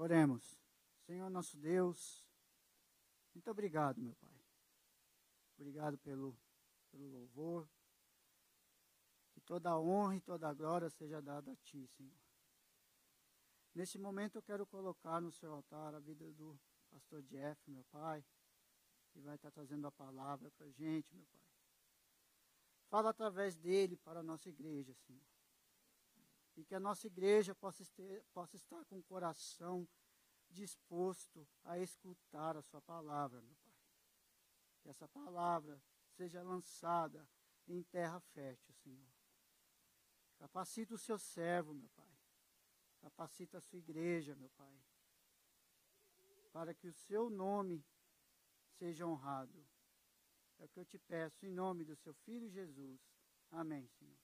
Oremos. Senhor nosso Deus, muito obrigado, meu Pai. Obrigado pelo louvor. Que toda a honra e toda a glória seja dada a Ti, Senhor. Neste momento eu quero colocar no seu altar a vida do pastor Jeff, meu Pai, que vai estar trazendo a palavra para a gente, meu Pai. Fala através dele para a nossa igreja, Senhor. E que a nossa igreja possa estar com o coração disposto a escutar a sua palavra, meu Pai. Que essa palavra seja lançada em terra fértil, Senhor. Capacita o seu servo, meu Pai. Capacita a sua igreja, meu Pai. Para que o seu nome seja honrado. É o que eu te peço em nome do seu Filho Jesus. Amém, Senhor.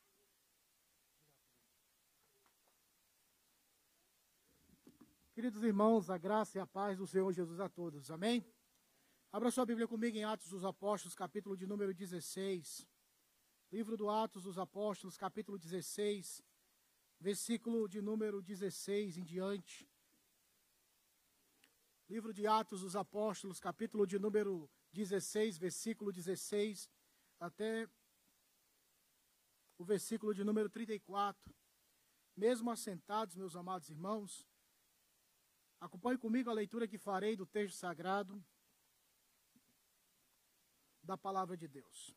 Queridos irmãos, a graça e a paz do Senhor Jesus a todos. Amém? Abra sua Bíblia comigo em Atos dos Apóstolos, capítulo de número 16. Livro do Atos dos Apóstolos, capítulo 16, versículo de número 16 em diante. Livro de Atos dos Apóstolos, capítulo de número 16, versículo 16, até o versículo de número 34. Mesmo assentados, meus amados irmãos, acompanhe comigo a leitura que farei do texto sagrado da palavra de Deus.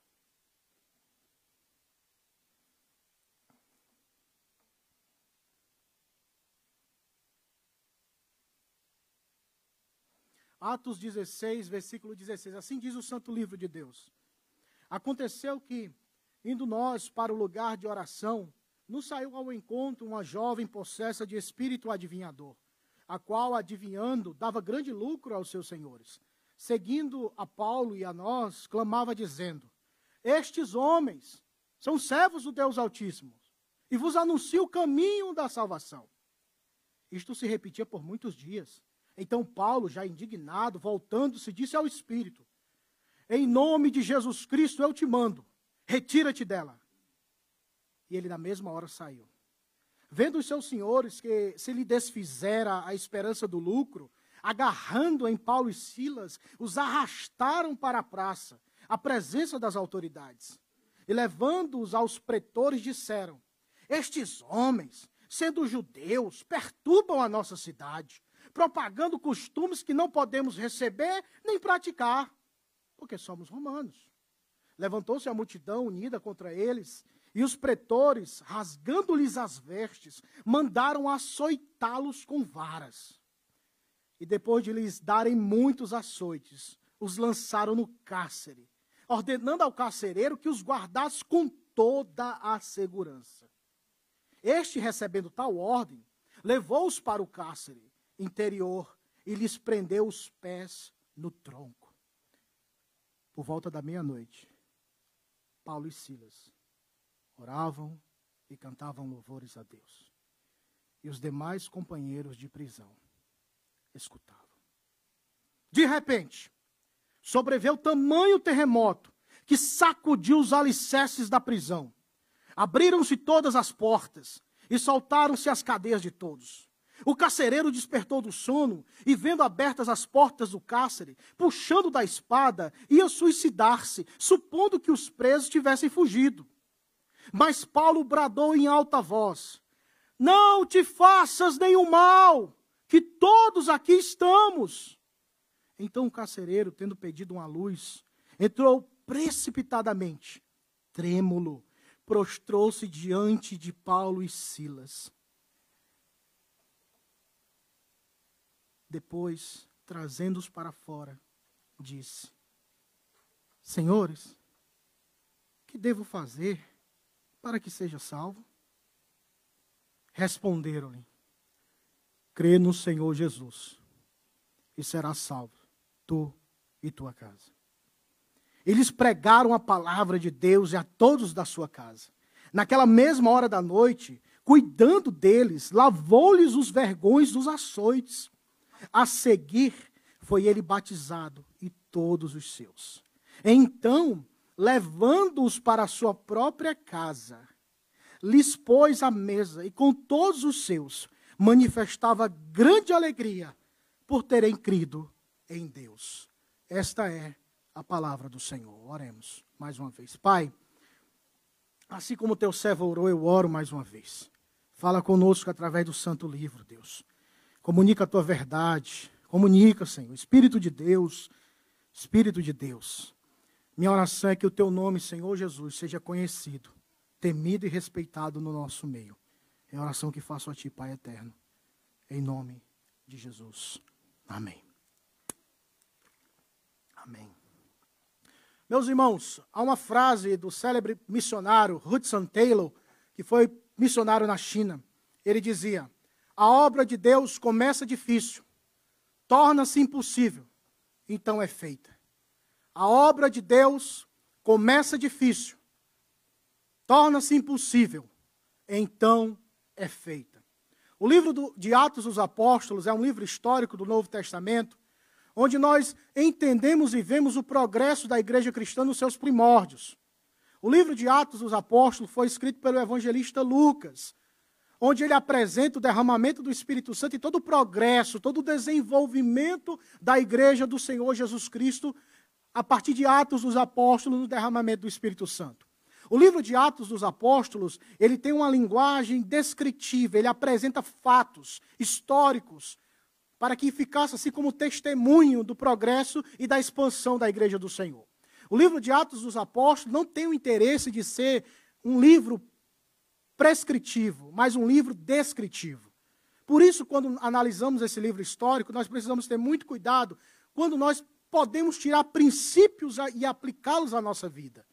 Atos 16, versículo 16. Assim diz o Santo Livro de Deus. Aconteceu que, indo nós para o lugar de oração, nos saiu ao encontro uma jovem possessa de espírito adivinhador, a qual, adivinhando, dava grande lucro aos seus senhores. Seguindo a Paulo e a nós, clamava dizendo: estes homens são servos do Deus Altíssimo, e vos anuncio o caminho da salvação. Isto se repetia por muitos dias. Então Paulo, já indignado, voltando-se, disse ao Espírito: em nome de Jesus Cristo eu te mando, retira-te dela. E ele na mesma hora saiu. Vendo os seus senhores que se lhe desfizera a esperança do lucro, agarrando em Paulo e Silas, os arrastaram para a praça, à presença das autoridades. E levando-os aos pretores, disseram: estes homens, sendo judeus, perturbam a nossa cidade, propagando costumes que não podemos receber nem praticar, porque somos romanos. Levantou-se a multidão unida contra eles, e os pretores, rasgando-lhes as vestes, mandaram açoitá-los com varas. E depois de lhes darem muitos açoites, os lançaram no cárcere, ordenando ao carcereiro que os guardasse com toda a segurança. Este, recebendo tal ordem, levou-os para o cárcere interior e lhes prendeu os pés no tronco. Por volta da meia-noite, Paulo e Silas oravam e cantavam louvores a Deus. E os demais companheiros de prisão escutavam. De repente, sobreveio tamanho terremoto que sacudiu os alicerces da prisão. Abriram-se todas as portas e soltaram-se as cadeias de todos. O carcereiro despertou do sono e, vendo abertas as portas do cárcere, puxando da espada, ia suicidar-se, supondo que os presos tivessem fugido. Mas Paulo bradou em alta voz: não te faças nenhum mal, que todos aqui estamos. Então o carcereiro, tendo pedido uma luz, entrou precipitadamente, trêmulo, prostrou-se diante de Paulo e Silas. Depois, trazendo-os para fora, disse: senhores, que devo fazer para que seja salvo? Responderam-lhe: crê no Senhor Jesus, e serás salvo, tu e tua casa. Eles pregaram a palavra de Deus a todos da sua casa. Naquela mesma hora da noite, cuidando deles, lavou-lhes os vergões dos açoites. A seguir, foi ele batizado e todos os seus. Então, levando-os para a sua própria casa, lhes pôs à mesa e com todos os seus, manifestava grande alegria por terem crido em Deus. Esta é a palavra do Senhor. Oremos mais uma vez. Pai, assim como teu servo orou, eu oro mais uma vez. Fala conosco através do santo livro, Deus. Comunica a tua verdade. Comunica, Senhor. Espírito de Deus. Espírito de Deus. Minha oração é que o teu nome, Senhor Jesus, seja conhecido, temido e respeitado no nosso meio. É a oração que faço a ti, Pai eterno. Em nome de Jesus. Amém. Amém. Meus irmãos, há uma frase do célebre missionário Hudson Taylor, que foi missionário na China. Ele dizia: a obra de Deus começa difícil, torna-se impossível, então é feita. A obra de Deus começa difícil, torna-se impossível, então é feita. O livro de Atos dos Apóstolos é um livro histórico do Novo Testamento, onde nós entendemos e vemos o progresso da igreja cristã nos seus primórdios. O livro de Atos dos Apóstolos foi escrito pelo evangelista Lucas, onde ele apresenta o derramamento do Espírito Santo e todo o progresso, todo o desenvolvimento da igreja do Senhor Jesus Cristo, a partir de Atos dos Apóstolos, no derramamento do Espírito Santo. O livro de Atos dos Apóstolos, ele tem uma linguagem descritiva, ele apresenta fatos históricos, para que ficasse assim como testemunho do progresso e da expansão da igreja do Senhor. O livro de Atos dos Apóstolos não tem o interesse de ser um livro prescritivo, mas um livro descritivo. Por isso, quando analisamos esse livro histórico, nós precisamos ter muito cuidado quando nós podemos tirar princípios e aplicá-los à nossa vida.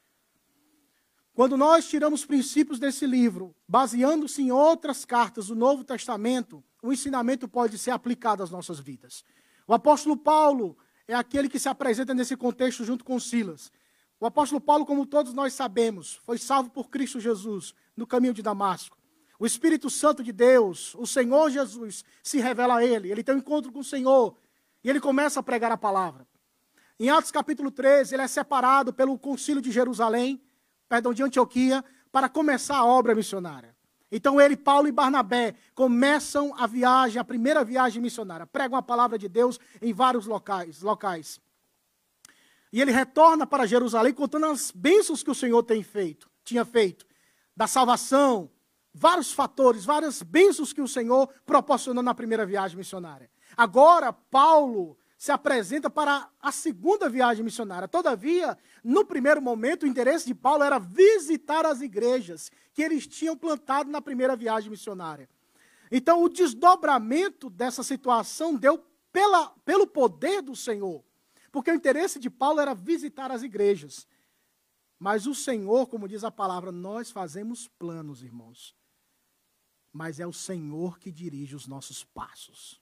Quando nós tiramos princípios desse livro, baseando-se em outras cartas do Novo Testamento, o ensinamento pode ser aplicado às nossas vidas. O apóstolo Paulo é aquele que se apresenta nesse contexto junto com Silas. O apóstolo Paulo, como todos nós sabemos, foi salvo por Cristo Jesus no caminho de Damasco. O Espírito Santo de Deus, o Senhor Jesus, se revela a ele. Ele tem um encontro com o Senhor e ele começa a pregar a palavra. Em Atos capítulo 13, ele é separado pelo concílio de de Antioquia, para começar a obra missionária. Então ele, Paulo e Barnabé começam a viagem, a primeira viagem missionária. Pregam a palavra de Deus em vários locais. E ele retorna para Jerusalém contando as bênçãos que o Senhor tinha feito. Da salvação, vários fatores, várias bênçãos que o Senhor proporcionou na primeira viagem missionária. Agora, Paulo se apresenta para a segunda viagem missionária. Todavia, no primeiro momento, o interesse de Paulo era visitar as igrejas que eles tinham plantado na primeira viagem missionária. Então, o desdobramento dessa situação deu pelo poder do Senhor, porque o interesse de Paulo era visitar as igrejas. Mas o Senhor, como diz a palavra, nós fazemos planos, irmãos, mas é o Senhor que dirige os nossos passos.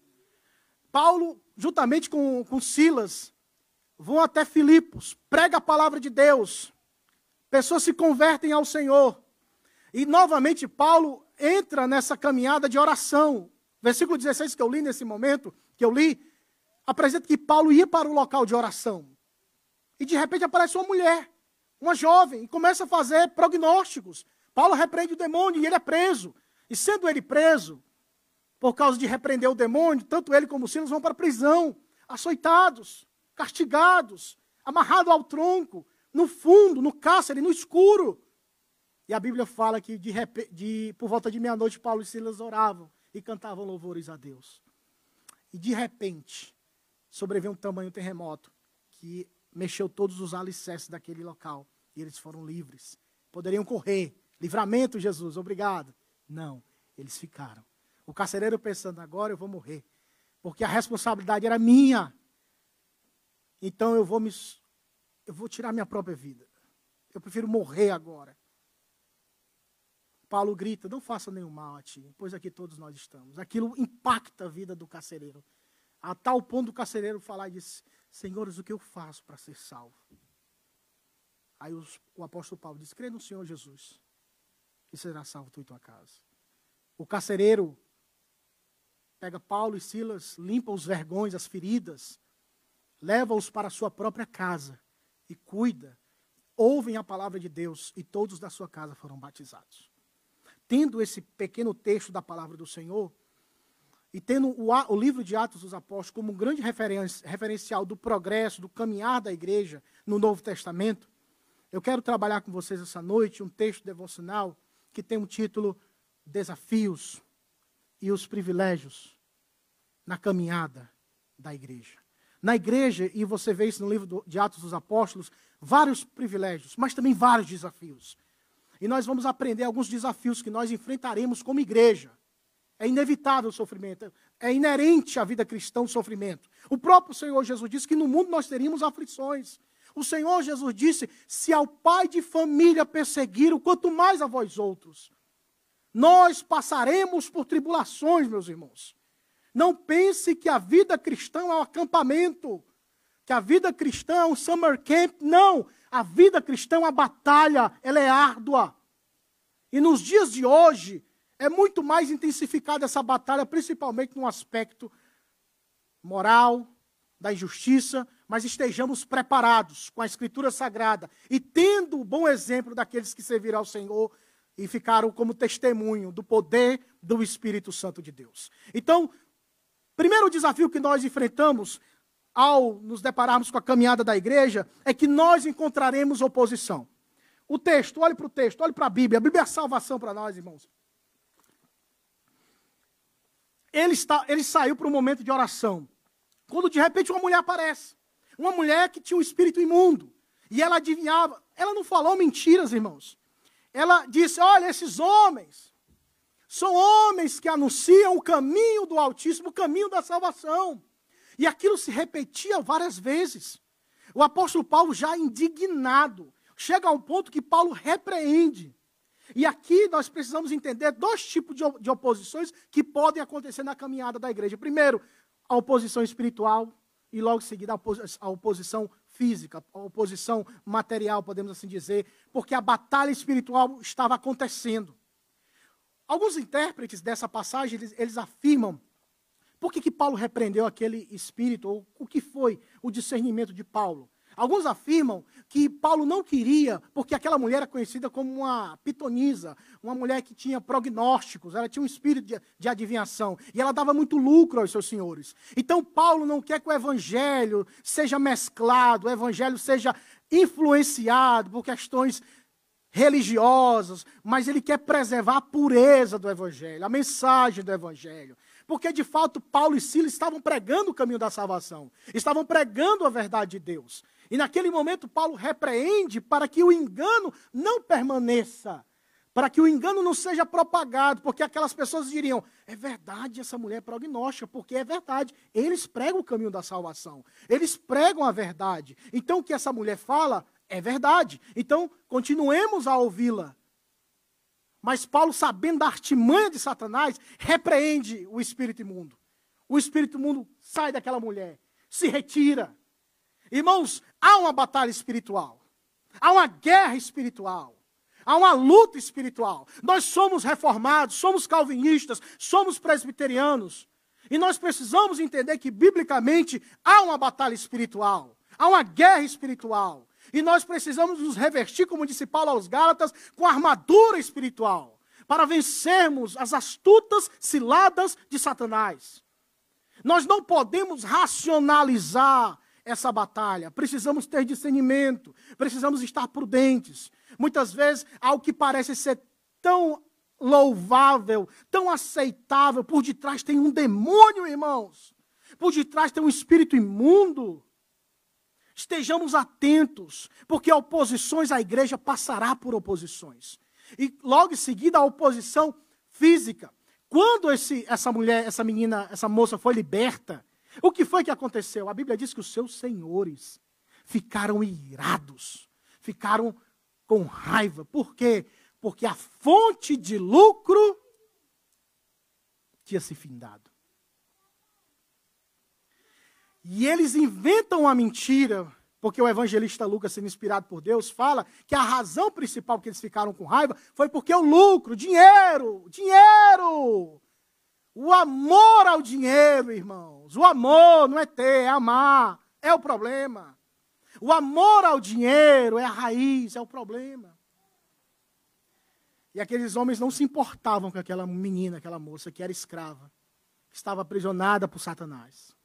Paulo, juntamente com Silas, vão até Filipos, prega a palavra de Deus, pessoas se convertem ao Senhor. E novamente Paulo entra nessa caminhada de oração. Versículo 16 que eu li nesse momento, apresenta que Paulo ia para o local de oração. E de repente aparece uma mulher, uma jovem, e começa a fazer prognósticos. Paulo repreende o demônio e ele é preso. E sendo ele preso, por causa de repreender o demônio, tanto ele como Silas vão para a prisão, açoitados, castigados, amarrados ao tronco, no fundo, no cárcere, no escuro. E a Bíblia fala que por volta de meia-noite, Paulo e Silas oravam e cantavam louvores a Deus. E de repente, sobreveio um tamanho terremoto que mexeu todos os alicerces daquele local. E eles foram livres. Poderiam correr. Livramento, Jesus, obrigado. Não, eles ficaram. O carcereiro pensando, agora eu vou morrer, porque a responsabilidade era minha. Então eu vou tirar minha própria vida. Eu prefiro morrer agora. Paulo grita, não faça nenhum mal a ti, pois aqui todos nós estamos. Aquilo impacta a vida do carcereiro. A tal ponto do carcereiro falar e disse, senhores, o que eu faço para ser salvo? Aí o apóstolo Paulo diz, crê no Senhor Jesus, e será salvo tu e tua casa. O carcereiro pega Paulo e Silas, limpa os vergões, as feridas, leva-os para a sua própria casa e cuida. Ouvem a palavra de Deus e todos da sua casa foram batizados. tendo esse pequeno texto da palavra do Senhor, e tendo o livro de Atos dos Apóstolos como um grande referencial do progresso, do caminhar da igreja no Novo Testamento, eu quero trabalhar com vocês essa noite um texto devocional que tem um título Desafios e os Privilégios na caminhada da igreja. Na igreja, e você vê isso no livro de Atos dos Apóstolos, vários privilégios, mas também vários desafios. E nós vamos aprender alguns desafios que nós enfrentaremos como igreja. É inevitável o sofrimento, é inerente à vida cristã o sofrimento. O próprio Senhor Jesus disse que no mundo nós teríamos aflições. O Senhor Jesus disse, se ao pai de família perseguiram, quanto mais a vós outros. Nós passaremos por tribulações, meus irmãos. Não pense que a vida cristã é um acampamento, que a vida cristã é um summer camp. Não, a vida cristã é uma batalha, ela é árdua. E nos dias de hoje, é muito mais intensificada essa batalha, principalmente no aspecto moral, da injustiça, mas estejamos preparados com a Escritura Sagrada e tendo o bom exemplo daqueles que serviram ao Senhor e ficaram como testemunho do poder do Espírito Santo de Deus. Então, primeiro desafio que nós enfrentamos ao nos depararmos com a caminhada da igreja é que nós encontraremos oposição. O texto, olhe para o texto, olhe para a Bíblia é a salvação para nós, irmãos. Ele saiu para um momento de oração, quando de repente uma mulher aparece. Uma mulher que tinha um espírito imundo. E ela adivinhava. Ela não falou mentiras, irmãos. Ela disse, olha, esses homens são homens que anunciam o caminho do Altíssimo, o caminho da salvação. E aquilo se repetia várias vezes. O apóstolo Paulo já indignado. Chega ao ponto que Paulo repreende. E aqui nós precisamos entender dois tipos de oposições que podem acontecer na caminhada da igreja. Primeiro, a oposição espiritual e logo em seguida a oposição física, a oposição material, podemos assim dizer, porque a batalha espiritual estava acontecendo. Alguns intérpretes dessa passagem, eles afirmam por que Paulo repreendeu aquele espírito, ou o que foi o discernimento de Paulo. Alguns afirmam que Paulo não queria, porque aquela mulher era conhecida como uma pitonisa, uma mulher que tinha prognósticos, ela tinha um espírito de adivinhação, e ela dava muito lucro aos seus senhores. Então Paulo não quer que o evangelho seja mesclado, o evangelho seja influenciado por questões religiosas, mas ele quer preservar a pureza do evangelho, a mensagem do evangelho. Porque, de fato, Paulo e Silas estavam pregando o caminho da salvação, estavam pregando a verdade de Deus. E naquele momento Paulo repreende para que o engano não permaneça, para que o engano não seja propagado, porque aquelas pessoas diriam, é verdade, essa mulher é prognóstica, porque é verdade, eles pregam o caminho da salvação, eles pregam a verdade. Então o que essa mulher fala é verdade, então continuemos a ouvi-la. Mas Paulo, sabendo da artimanha de Satanás, repreende o espírito imundo. O espírito imundo sai daquela mulher, se retira. Irmãos, há uma batalha espiritual, há uma guerra espiritual, há uma luta espiritual. Nós somos reformados, somos calvinistas, somos presbiterianos. E nós precisamos entender que, biblicamente, há uma batalha espiritual, há uma guerra espiritual. E nós precisamos nos revestir, como disse Paulo aos Gálatas, com a armadura espiritual, para vencermos as astutas ciladas de Satanás. Nós não podemos racionalizar essa batalha, precisamos ter discernimento, precisamos estar prudentes. Muitas vezes, algo que parece ser tão louvável, tão aceitável, por detrás tem um demônio, irmãos. Por detrás tem um espírito imundo. Estejamos atentos, porque oposições, a igreja passará por oposições. E logo em seguida a oposição física. Quando essa mulher, essa menina, essa moça foi liberta, o que foi que aconteceu? A Bíblia diz que os seus senhores ficaram irados, ficaram com raiva. Por quê? Porque a fonte de lucro tinha se findado. E eles inventam uma mentira, porque o evangelista Lucas, sendo inspirado por Deus, fala que a razão principal que eles ficaram com raiva foi porque o lucro, dinheiro, o amor ao dinheiro, irmãos. O amor não é ter, é amar, é o problema. O amor ao dinheiro é a raiz, é o problema. E aqueles homens não se importavam com aquela menina, aquela moça que era escrava, que estava aprisionada por Satanás.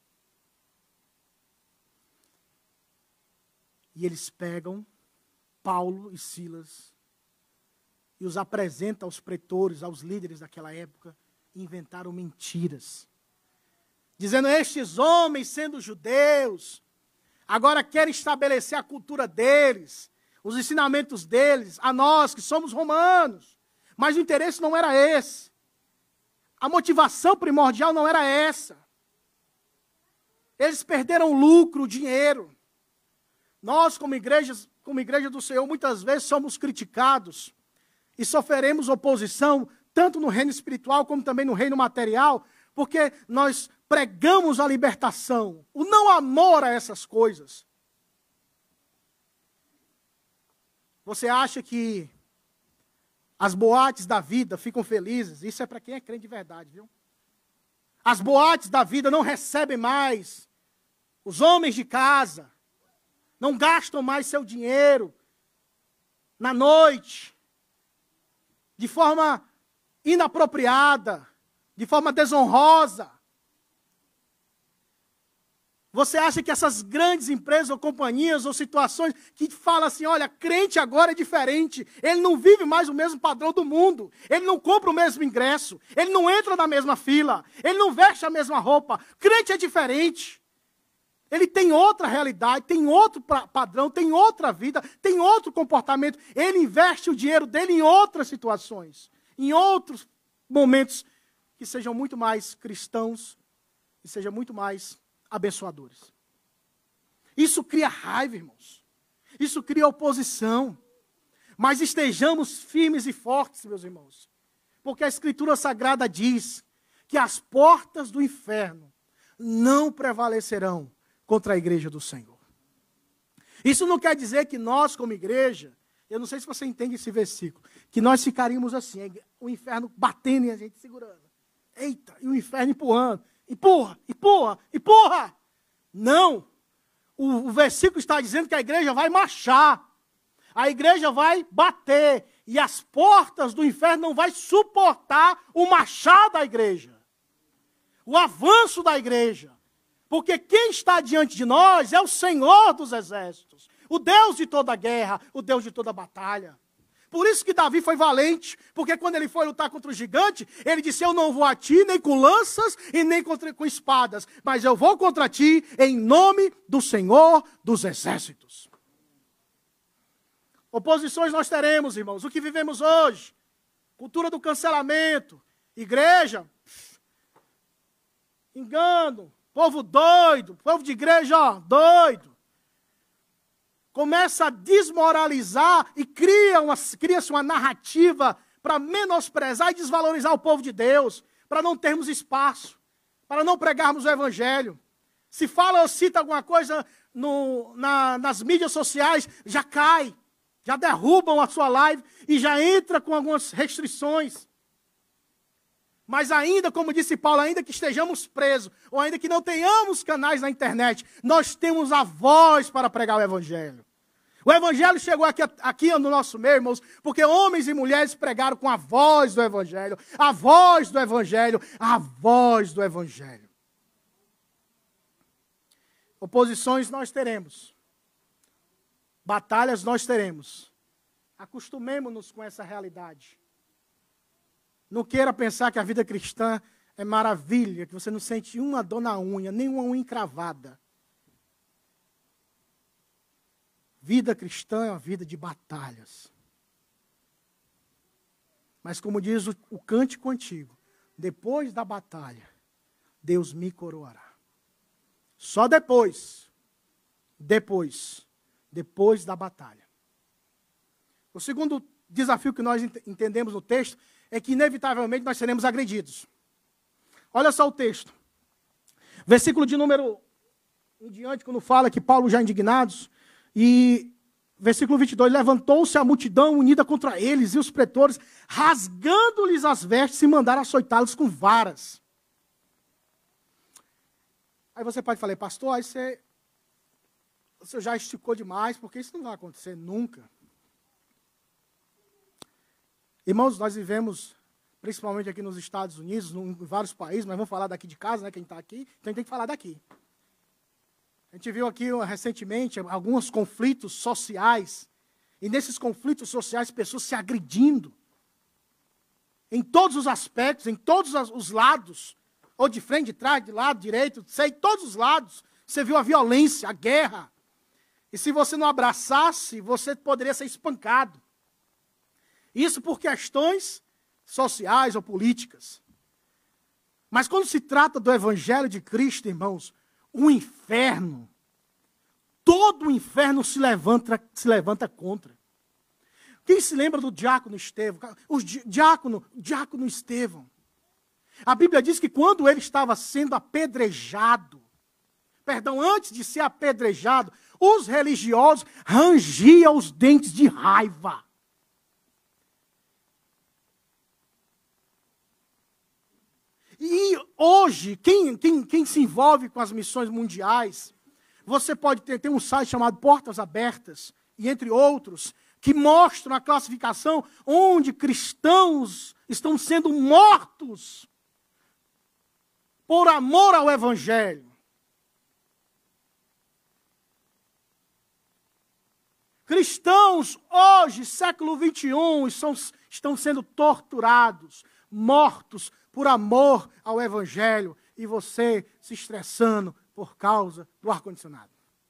E eles pegam Paulo e Silas e os apresentam aos pretores, aos líderes daquela época, e inventaram mentiras. Dizendo, estes homens, sendo judeus, agora querem estabelecer a cultura deles, os ensinamentos deles, a nós que somos romanos. Mas o interesse não era esse. A motivação primordial não era essa. Eles perderam o lucro, o dinheiro. Nós, como igreja do Senhor, muitas vezes somos criticados e sofreremos oposição, tanto no reino espiritual como também no reino material, porque nós pregamos a libertação, o não amor a essas coisas. Você acha que as boates da vida ficam felizes? Isso é para quem é crente de verdade, viu? As boates da vida não recebem mais. Os homens de casa não gastam mais seu dinheiro na noite, de forma inapropriada, de forma desonrosa. Você acha que essas grandes empresas ou companhias ou situações que falam assim, olha, crente agora é diferente, ele não vive mais o mesmo padrão do mundo, ele não compra o mesmo ingresso, ele não entra na mesma fila, ele não veste a mesma roupa, crente é diferente. Ele tem outra realidade, tem outro padrão, tem outra vida, tem outro comportamento. Ele investe o dinheiro dele em outras situações, em outros momentos que sejam muito mais cristãos e sejam muito mais abençoadores. Isso cria raiva, irmãos. Isso cria oposição. Mas estejamos firmes e fortes, meus irmãos. Porque a Escritura Sagrada diz que as portas do inferno não prevalecerão contra a igreja do Senhor. Isso não quer dizer que nós, como igreja, eu não sei se você entende esse versículo, que nós ficaríamos assim, o inferno batendo e a gente segurando. Eita, e o inferno empurrando. Empurra, empurra, empurra. Não. O versículo está dizendo que a igreja vai marchar. A igreja vai bater. E as portas do inferno não vai suportar o marchar da igreja. O avanço da igreja. Porque quem está diante de nós é o Senhor dos exércitos. O Deus de toda guerra, o Deus de toda batalha. Por isso que Davi foi valente, porque quando ele foi lutar contra o gigante, ele disse, eu não vou a ti nem com lanças e nem com espadas, mas eu vou contra ti em nome do Senhor dos exércitos. Oposições nós teremos, irmãos, o que vivemos hoje, cultura do cancelamento, igreja, engano, povo doido, povo de igreja, ó, doido. Começa a desmoralizar e cria-se uma narrativa para menosprezar e desvalorizar o povo de Deus, para não termos espaço, para não pregarmos o evangelho. Se fala ou cita alguma coisa nas mídias sociais, já cai, já derrubam a sua live e já entra com algumas restrições. Mas ainda, como disse Paulo, ainda que estejamos presos, ou ainda que não tenhamos canais na internet, nós temos a voz para pregar o evangelho. O evangelho chegou aqui no nosso meio, irmãos, porque homens e mulheres pregaram com a voz do evangelho, a voz do evangelho, a voz do evangelho. Oposições nós teremos. Batalhas nós teremos. Acostumemo-nos com essa realidade. Não queira pensar que a vida cristã é maravilha, que você não sente uma dor na unha, nem uma unha encravada. Vida cristã é uma vida de batalhas. Mas como diz o cântico antigo, depois da batalha, Deus me coroará. Só depois da batalha. O segundo desafio que nós entendemos no texto é que inevitavelmente nós seremos agredidos. Olha só o texto. Versículo de número em diante, quando fala que Paulo já indignados, e versículo 22, levantou-se a multidão unida contra eles, e os pretores, rasgando-lhes as vestes, e mandaram açoitá-los com varas. Aí você pode falar, pastor, aí você já esticou demais, porque isso não vai acontecer nunca. Irmãos, nós vivemos, principalmente aqui nos Estados Unidos, em vários países, mas vamos falar daqui de casa, né, quem está aqui, então a gente tem que falar daqui. A gente viu aqui recentemente alguns conflitos sociais, e nesses conflitos sociais, pessoas se agredindo, em todos os aspectos, em todos os lados, ou de frente, de trás, de lado, direito, sei, todos os lados, você viu a violência, a guerra. E se você não abraçasse, você poderia ser espancado. Isso por questões sociais ou políticas. Mas quando se trata do Evangelho de Cristo, irmãos, o inferno, todo o inferno se levanta contra. Quem se lembra do diácono Estevão? O diácono Estevão. A Bíblia diz que quando ele estava sendo apedrejado, antes de ser apedrejado, os religiosos rangiam os dentes de raiva. E hoje, quem se envolve com as missões mundiais, você pode ter um site chamado Portas Abertas, e entre outros, que mostram a classificação onde cristãos estão sendo mortos por amor ao Evangelho. Cristãos hoje, século 21, estão sendo torturados, mortos por amor ao Evangelho, e você se estressando por causa do ar-condicionado.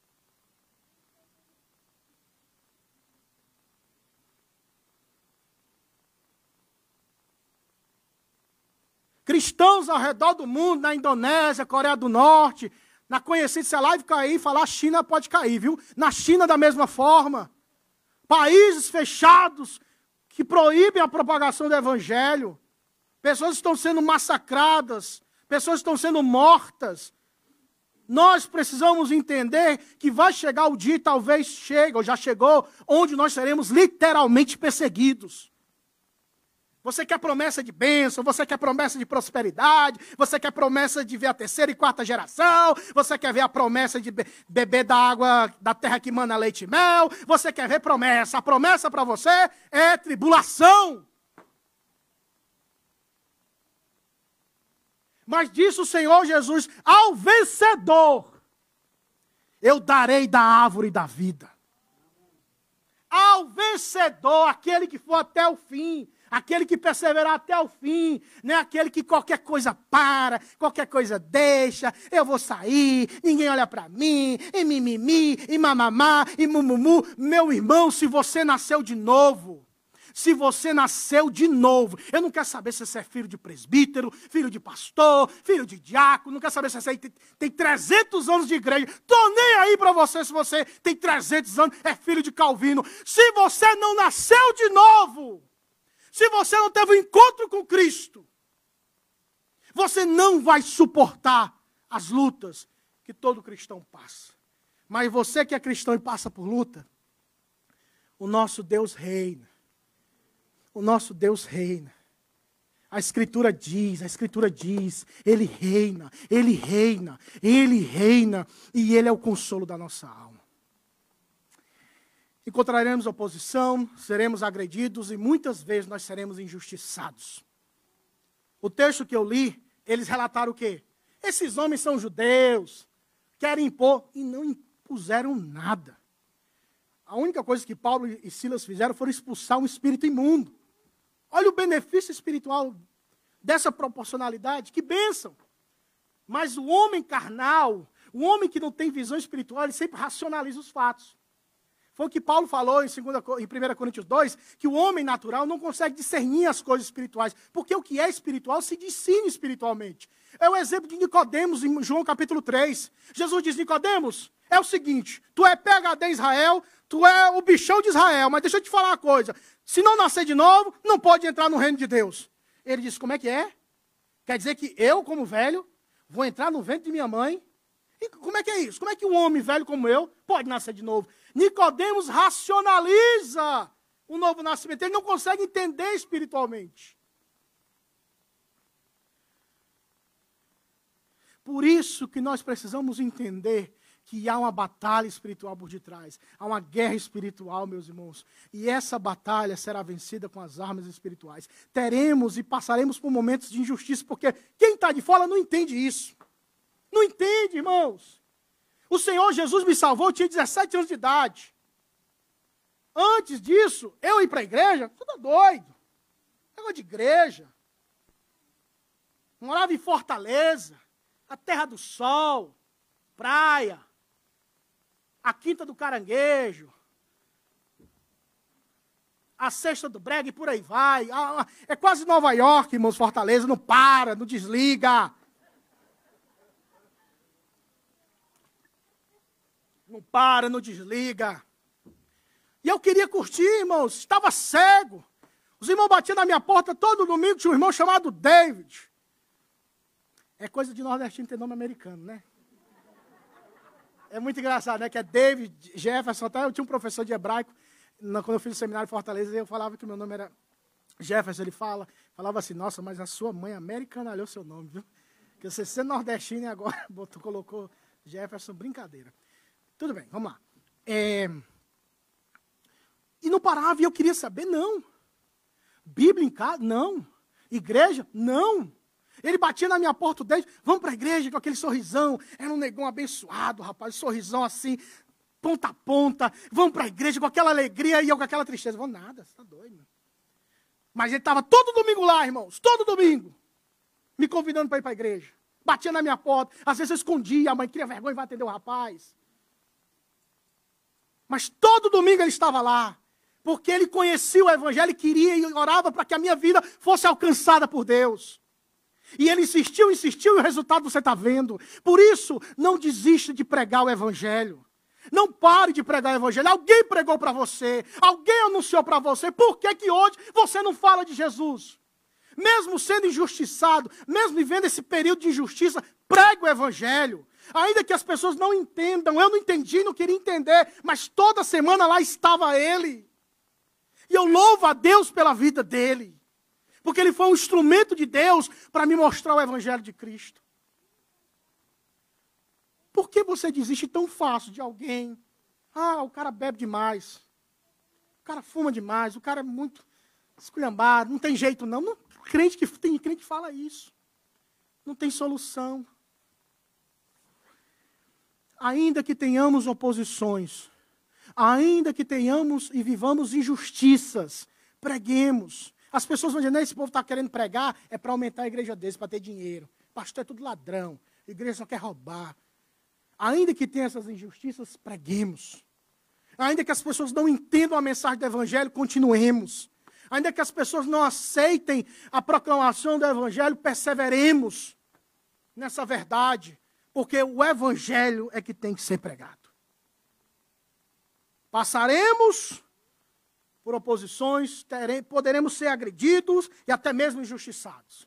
Cristãos ao redor do mundo, na Indonésia, Coreia do Norte, na conhecida, se a live cair, falar a China pode cair, viu? Na China da mesma forma. Países fechados que proíbem a propagação do Evangelho. Pessoas estão sendo massacradas, pessoas estão sendo mortas. Nós precisamos entender que vai chegar o dia, talvez chegue, ou já chegou, onde nós seremos literalmente perseguidos. Você quer promessa de bênção, você quer promessa de prosperidade, você quer promessa de ver a terceira e quarta geração, você quer ver a promessa de beber da água da terra que mana leite e mel, você quer ver promessa. A promessa para você é tribulação. Mas disse o Senhor Jesus, ao vencedor, eu darei da árvore da vida. Ao vencedor, aquele que for até o fim, aquele que perseverar até o fim, não é aquele que qualquer coisa para, qualquer coisa deixa, eu vou sair, ninguém olha para mim, e mimimi, e mamamá, e mumumu. Meu irmão, se você nasceu de novo, eu não quero saber se você é filho de presbítero, filho de pastor, filho de diácono, não quero saber se você tem 300 anos de igreja, estou nem aí para você se você tem 300 anos, é filho de Calvino. Se você não nasceu de novo, se você não teve um encontro com Cristo, você não vai suportar as lutas que todo cristão passa. Mas você que é cristão e passa por luta, o nosso Deus reina. O nosso Deus reina. A Escritura diz, Ele reina, Ele reina, Ele reina, e Ele é o consolo da nossa alma. Encontraremos oposição, seremos agredidos e muitas vezes nós seremos injustiçados. O texto que eu li, eles relataram o quê? Esses homens são judeus, querem impor, e não impuseram nada. A única coisa que Paulo e Silas fizeram foi expulsar um espírito imundo. Olha o benefício espiritual dessa proporcionalidade, que bênção. Mas o homem carnal, o homem que não tem visão espiritual, ele sempre racionaliza os fatos. Foi o que Paulo falou em 1 Coríntios 2, que o homem natural não consegue discernir as coisas espirituais, porque o que é espiritual se discerne espiritualmente. É o exemplo de Nicodemos em João capítulo 3. Jesus diz, Nicodemos, é o seguinte, tu é PhD em Israel, tu é o bichão de Israel, mas deixa eu te falar uma coisa, se não nascer de novo, não pode entrar no reino de Deus. Ele disse, como é que é? Quer dizer que eu, como velho, vou entrar no ventre de minha mãe? E como é que é isso? Como é que um homem velho como eu pode nascer de novo? Nicodemos racionaliza o novo nascimento. Ele não consegue entender espiritualmente. Por isso que nós precisamos entender que há uma batalha espiritual por detrás. Há uma guerra espiritual, meus irmãos. E essa batalha será vencida com as armas espirituais. Teremos e passaremos por momentos de injustiça, porque quem está de fora não entende isso. Não entende, irmãos. O Senhor Jesus me salvou, eu tinha 17 anos de idade. Antes disso, eu ir para a igreja, tudo doido. Negócio de igreja. Morava em Fortaleza, a terra do sol, praia, a Quinta do Caranguejo, a Sexta do Brega e por aí vai. É quase Nova York, irmãos, Fortaleza, não para, não desliga. Não para, não desliga. E eu queria curtir, irmãos, estava cego. Os irmãos batiam na minha porta todo domingo, tinha um irmão chamado David. É coisa de nordestino ter nome americano, né? É muito engraçado, né? Que é David Jefferson. Até eu tinha um professor de hebraico, quando eu fiz o seminário em Fortaleza, eu falava que meu nome era Jefferson. Ele falava assim, nossa, mas a sua mãe americanalhou seu nome, viu? Porque você sendo nordestino e agora colocou Jefferson, brincadeira. Tudo bem, vamos lá. E não parava, e eu queria saber, não. Bíblia em casa? Não. Igreja? Não. Ele batia na minha porta desde, vamos para a igreja com aquele sorrisão. Era um negão abençoado, rapaz, sorrisão assim, ponta a ponta. Vamos para a igreja com aquela alegria e eu com aquela tristeza. Vou nada, você está doido. Meu. Mas ele estava todo domingo lá, irmãos, todo domingo, me convidando para ir para a igreja. Batia na minha porta, às vezes eu escondia, a mãe cria vergonha e vai atender o rapaz. Mas todo domingo ele estava lá, porque ele conhecia o evangelho e queria e orava para que a minha vida fosse alcançada por Deus. E ele insistiu, e o resultado você está vendo. Por isso, não desista de pregar o evangelho. Não pare de pregar o evangelho. Alguém pregou para você, alguém anunciou para você. Por que que hoje você não fala de Jesus? Mesmo sendo injustiçado, mesmo vivendo esse período de injustiça, pregue o evangelho. Ainda que as pessoas não entendam, eu não entendi, não queria entender, mas toda semana lá estava ele. E eu louvo a Deus pela vida dele. Porque ele foi um instrumento de Deus para me mostrar o evangelho de Cristo. Por que você desiste tão fácil de alguém? Ah, o cara bebe demais. O cara fuma demais. O cara é muito esculhambado. Não tem jeito não. Tem crente que fala isso. Não tem solução. Ainda que tenhamos oposições, ainda que tenhamos e vivamos injustiças, preguemos. As pessoas vão dizer, esse povo está querendo pregar, é para aumentar a igreja deles, para ter dinheiro. Pastor é tudo ladrão, a igreja só quer roubar. Ainda que tenha essas injustiças, preguemos. Ainda que as pessoas não entendam a mensagem do evangelho, continuemos. Ainda que as pessoas não aceitem a proclamação do evangelho, perseveremos nessa verdade. Porque o evangelho é que tem que ser pregado. Passaremos por oposições, poderemos ser agredidos e até mesmo injustiçados.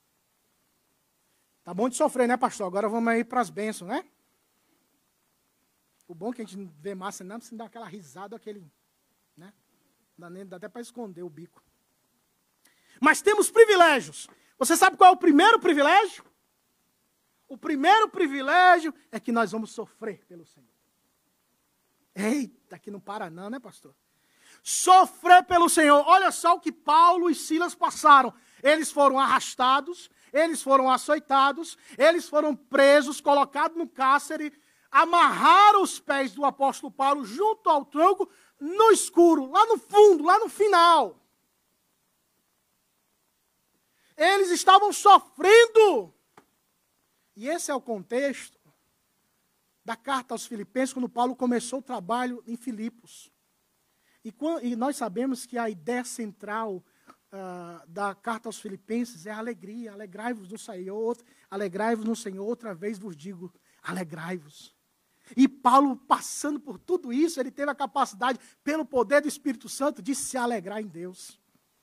Tá bom de sofrer, né, pastor? Agora vamos aí para as bênçãos, né? O bom é que a gente não vê massa, não precisa dar aquela risada, aquele, né? Dá até para esconder o bico. Mas temos privilégios. Você sabe qual é o primeiro privilégio? O primeiro privilégio é que nós vamos sofrer pelo Senhor. Eita, que não para não, né, pastor? Sofrer pelo Senhor. Olha só o que Paulo e Silas passaram. Eles foram arrastados, eles foram açoitados, eles foram presos, colocados no cárcere, amarraram os pés do apóstolo Paulo junto ao tronco, no escuro, lá no fundo, lá no final. Eles estavam sofrendo. E esse é o contexto da carta aos Filipenses, quando Paulo começou o trabalho em Filipos. E nós sabemos que a ideia central da carta aos Filipenses é a alegria. Alegrai-vos no Senhor, alegrai-vos no Senhor, outra vez vos digo, alegrai-vos. E Paulo, passando por tudo isso, ele teve a capacidade, pelo poder do Espírito Santo, de se alegrar em Deus.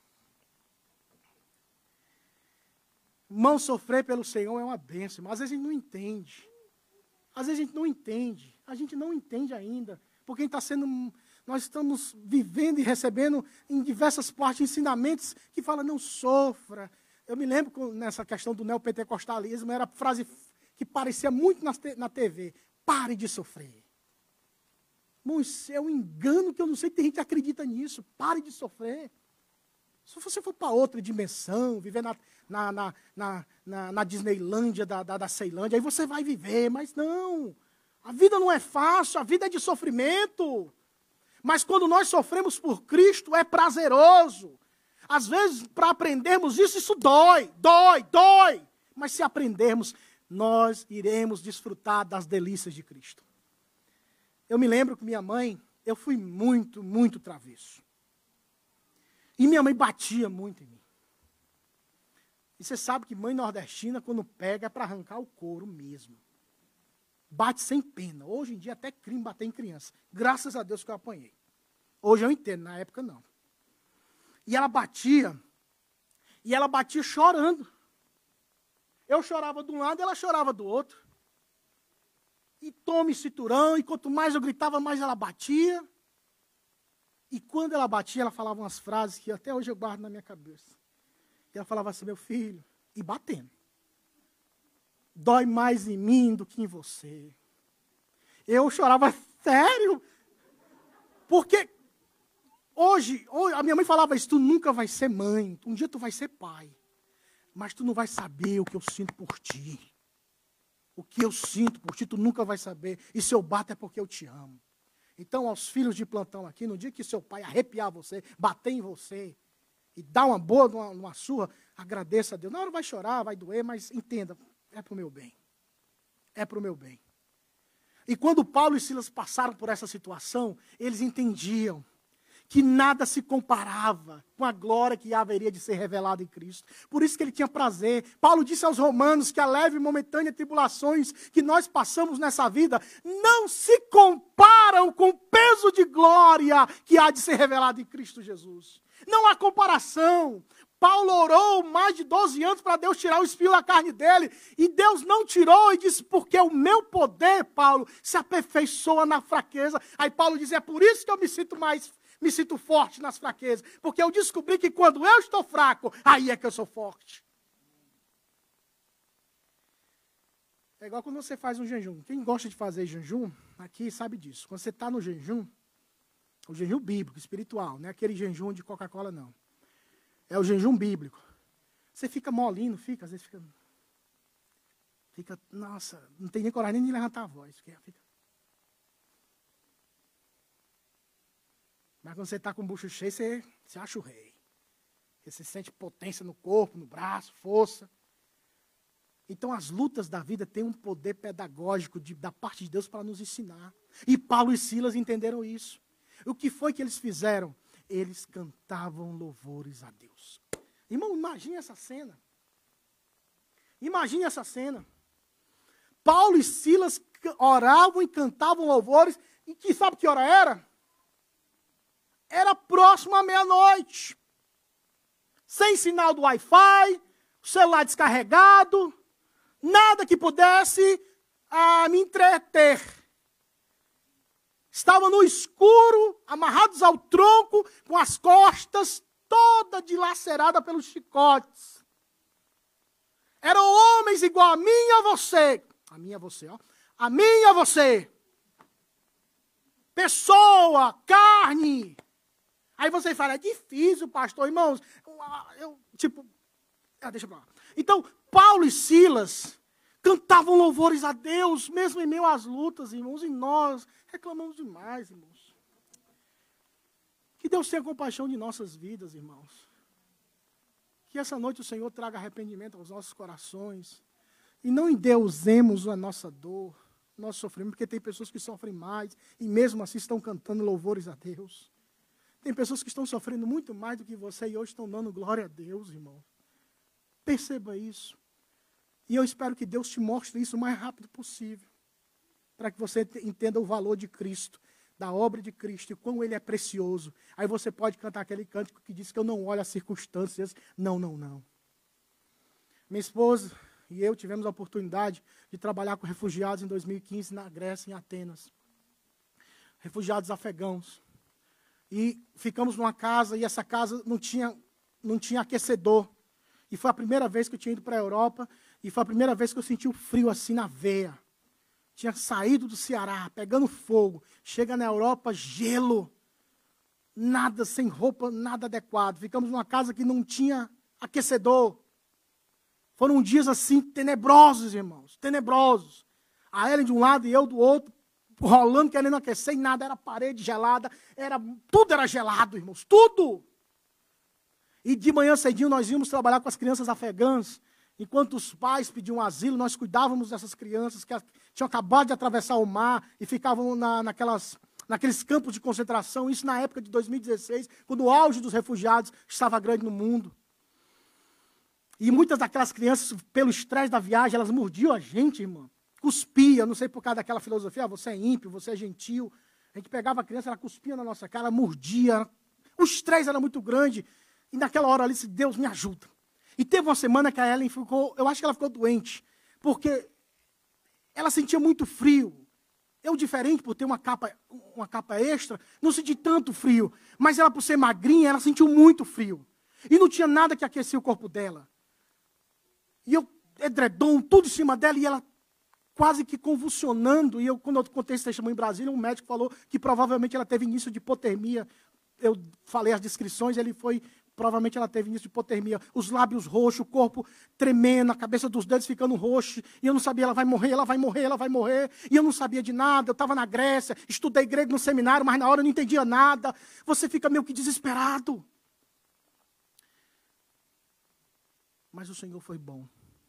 Irmão, sofrer pelo Senhor é uma bênção, mas às vezes a gente não entende. Às vezes a gente não entende. A gente não entende ainda. Porque nós estamos vivendo e recebendo em diversas partes ensinamentos que falam, não sofra. Eu me lembro nessa questão do neopentecostalismo, era a frase que parecia muito na TV. Pare de sofrer. Irmãos, é um engano que eu não sei que tem gente que acredita nisso. Pare de sofrer. Se você for para outra dimensão, viver na Disneylândia da Ceilândia, aí você vai viver, mas não. A vida não é fácil, a vida é de sofrimento. Mas quando nós sofremos por Cristo, é prazeroso. Às vezes, para aprendermos isso, isso dói. Mas se aprendermos, nós iremos desfrutar das delícias de Cristo. Eu me lembro que minha mãe, eu fui muito, muito travesso. E minha mãe batia muito em mim. E você sabe que mãe nordestina, quando pega, é para arrancar o couro mesmo. Bate sem pena. Hoje em dia até crime bater em criança. Graças a Deus que eu apanhei. Hoje eu entendo, na época não. E ela batia chorando. Eu chorava de um lado, ela chorava do outro. E tome cinturão, e quanto mais eu gritava, mais ela batia. E quando ela batia, ela falava umas frases que até hoje eu guardo na minha cabeça. E ela falava assim, meu filho, e batendo. Dói mais em mim do que em você. Eu chorava sério. Porque hoje, a minha mãe falava isso, tu nunca vai ser mãe, um dia tu vai ser pai. Mas tu não vai saber o que eu sinto por ti. O que eu sinto por ti, tu nunca vai saber. E se eu bato é porque eu te amo. Então, aos filhos de plantão aqui, no dia que seu pai arrepiar você, bater em você, e dar uma boa, uma surra, agradeça a Deus. Na hora vai chorar, vai doer, mas entenda, é para o meu bem. É para o meu bem. E quando Paulo e Silas passaram por essa situação, eles entendiam que nada se comparava com a glória que haveria de ser revelada em Cristo. Por isso que ele tinha prazer. Paulo disse aos romanos que a leve e momentânea tribulações que nós passamos nessa vida não se comparam com o peso de glória que há de ser revelado em Cristo Jesus. Não há comparação. Paulo orou mais de 12 anos para Deus tirar o espinho da carne dele. E Deus não tirou e disse, porque o meu poder, Paulo, se aperfeiçoa na fraqueza. Aí Paulo diz, é por isso que eu me sinto forte nas fraquezas. Porque eu descobri que quando eu estou fraco, aí é que eu sou forte. É igual quando você faz um jejum. Quem gosta de fazer jejum, aqui sabe disso. Quando você está no jejum, o jejum bíblico, espiritual, não é aquele jejum de Coca-Cola, não. É o jejum bíblico. Você fica molinho, fica, às vezes fica, nossa, não tem nem coragem nem de levantar a voz. Fica. Mas quando você está com o bucho cheio, você acha o rei. Você sente potência no corpo, no braço, força. Então as lutas da vida têm um poder pedagógico da parte de Deus para nos ensinar. E Paulo e Silas entenderam isso. O que foi que eles fizeram? Eles cantavam louvores a Deus. Irmão, imagine essa cena. Imagine essa cena. Paulo e Silas oravam e cantavam louvores. E que sabe que hora era? Era próximo à meia-noite. Sem sinal do Wi-Fi, o celular descarregado, nada que pudesse me entreter. Estavam no escuro, amarrados ao tronco, com as costas toda dilacerada pelos chicotes. Eram homens igual a mim e a você. A mim e a você, ó. A mim e a você. Pessoa, carne. Aí você fala, é difícil, pastor, irmãos. Deixa pra lá. Então, Paulo e Silas cantavam louvores a Deus, mesmo em meio às lutas, irmãos, e nós reclamamos demais, irmãos. Que Deus tenha compaixão de nossas vidas, irmãos. Que essa noite o Senhor traga arrependimento aos nossos corações. E não endeusemos a nossa dor, nosso sofrimento, porque tem pessoas que sofrem mais e mesmo assim estão cantando louvores a Deus. Tem pessoas que estão sofrendo muito mais do que você e hoje estão dando glória a Deus, irmão. Perceba isso. E eu espero que Deus te mostre isso o mais rápido possível. Para que você entenda o valor de Cristo, da obra de Cristo, e quão Ele é precioso. Aí você pode cantar aquele cântico que diz que eu não olho as circunstâncias. Não, não, não. Minha esposa e eu tivemos a oportunidade de trabalhar com refugiados em 2015 na Grécia, em Atenas. Refugiados afegãos. E ficamos numa casa, e essa casa não tinha aquecedor. E foi a primeira vez que eu tinha ido para a Europa, e foi a primeira vez que eu senti o frio assim na veia. Tinha saído do Ceará, pegando fogo. Chega na Europa, gelo. Nada, sem roupa, nada adequado. Ficamos numa casa que não tinha aquecedor. Foram dias assim, tenebrosos, irmãos. Tenebrosos. A Ellen de um lado e eu do outro, rolando, querendo aquecer, e nada. Era parede gelada, tudo era gelado, irmãos. Tudo. E de manhã cedinho nós íamos trabalhar com as crianças afegãs. Enquanto os pais pediam asilo, nós cuidávamos dessas crianças que tinham acabado de atravessar o mar e ficavam naqueles campos de concentração. Isso na época de 2016, quando o auge dos refugiados estava grande no mundo. E muitas daquelas crianças, pelo estresse da viagem, elas mordiam a gente, irmão. Cuspia, não sei por causa daquela filosofia, você é ímpio, você é gentil. A gente pegava a criança, ela cuspia na nossa cara, ela mordia. O estresse era muito grande. E naquela hora ali, disse, Deus me ajuda. E teve uma semana que a Ellen ficou, eu acho que ela ficou doente, porque ela sentia muito frio. Eu, diferente, por ter uma capa extra, não senti tanto frio. Mas ela, por ser magrinha, ela sentiu muito frio. E não tinha nada que aquecia o corpo dela. E eu, edredom, tudo em cima dela, e ela quase que convulsionando. E quando eu contei esse testemunho em Brasília, um médico falou que provavelmente ela teve início de hipotermia. Eu falei as descrições, provavelmente ela teve início de hipotermia, os lábios roxos, o corpo tremendo, a cabeça dos dedos ficando roxa, e eu não sabia, ela vai morrer, ela vai morrer, ela vai morrer, e eu não sabia de nada, eu estava na Grécia, estudei grego no seminário, mas na hora eu não entendia nada, você fica meio que desesperado. Mas o Senhor foi bom.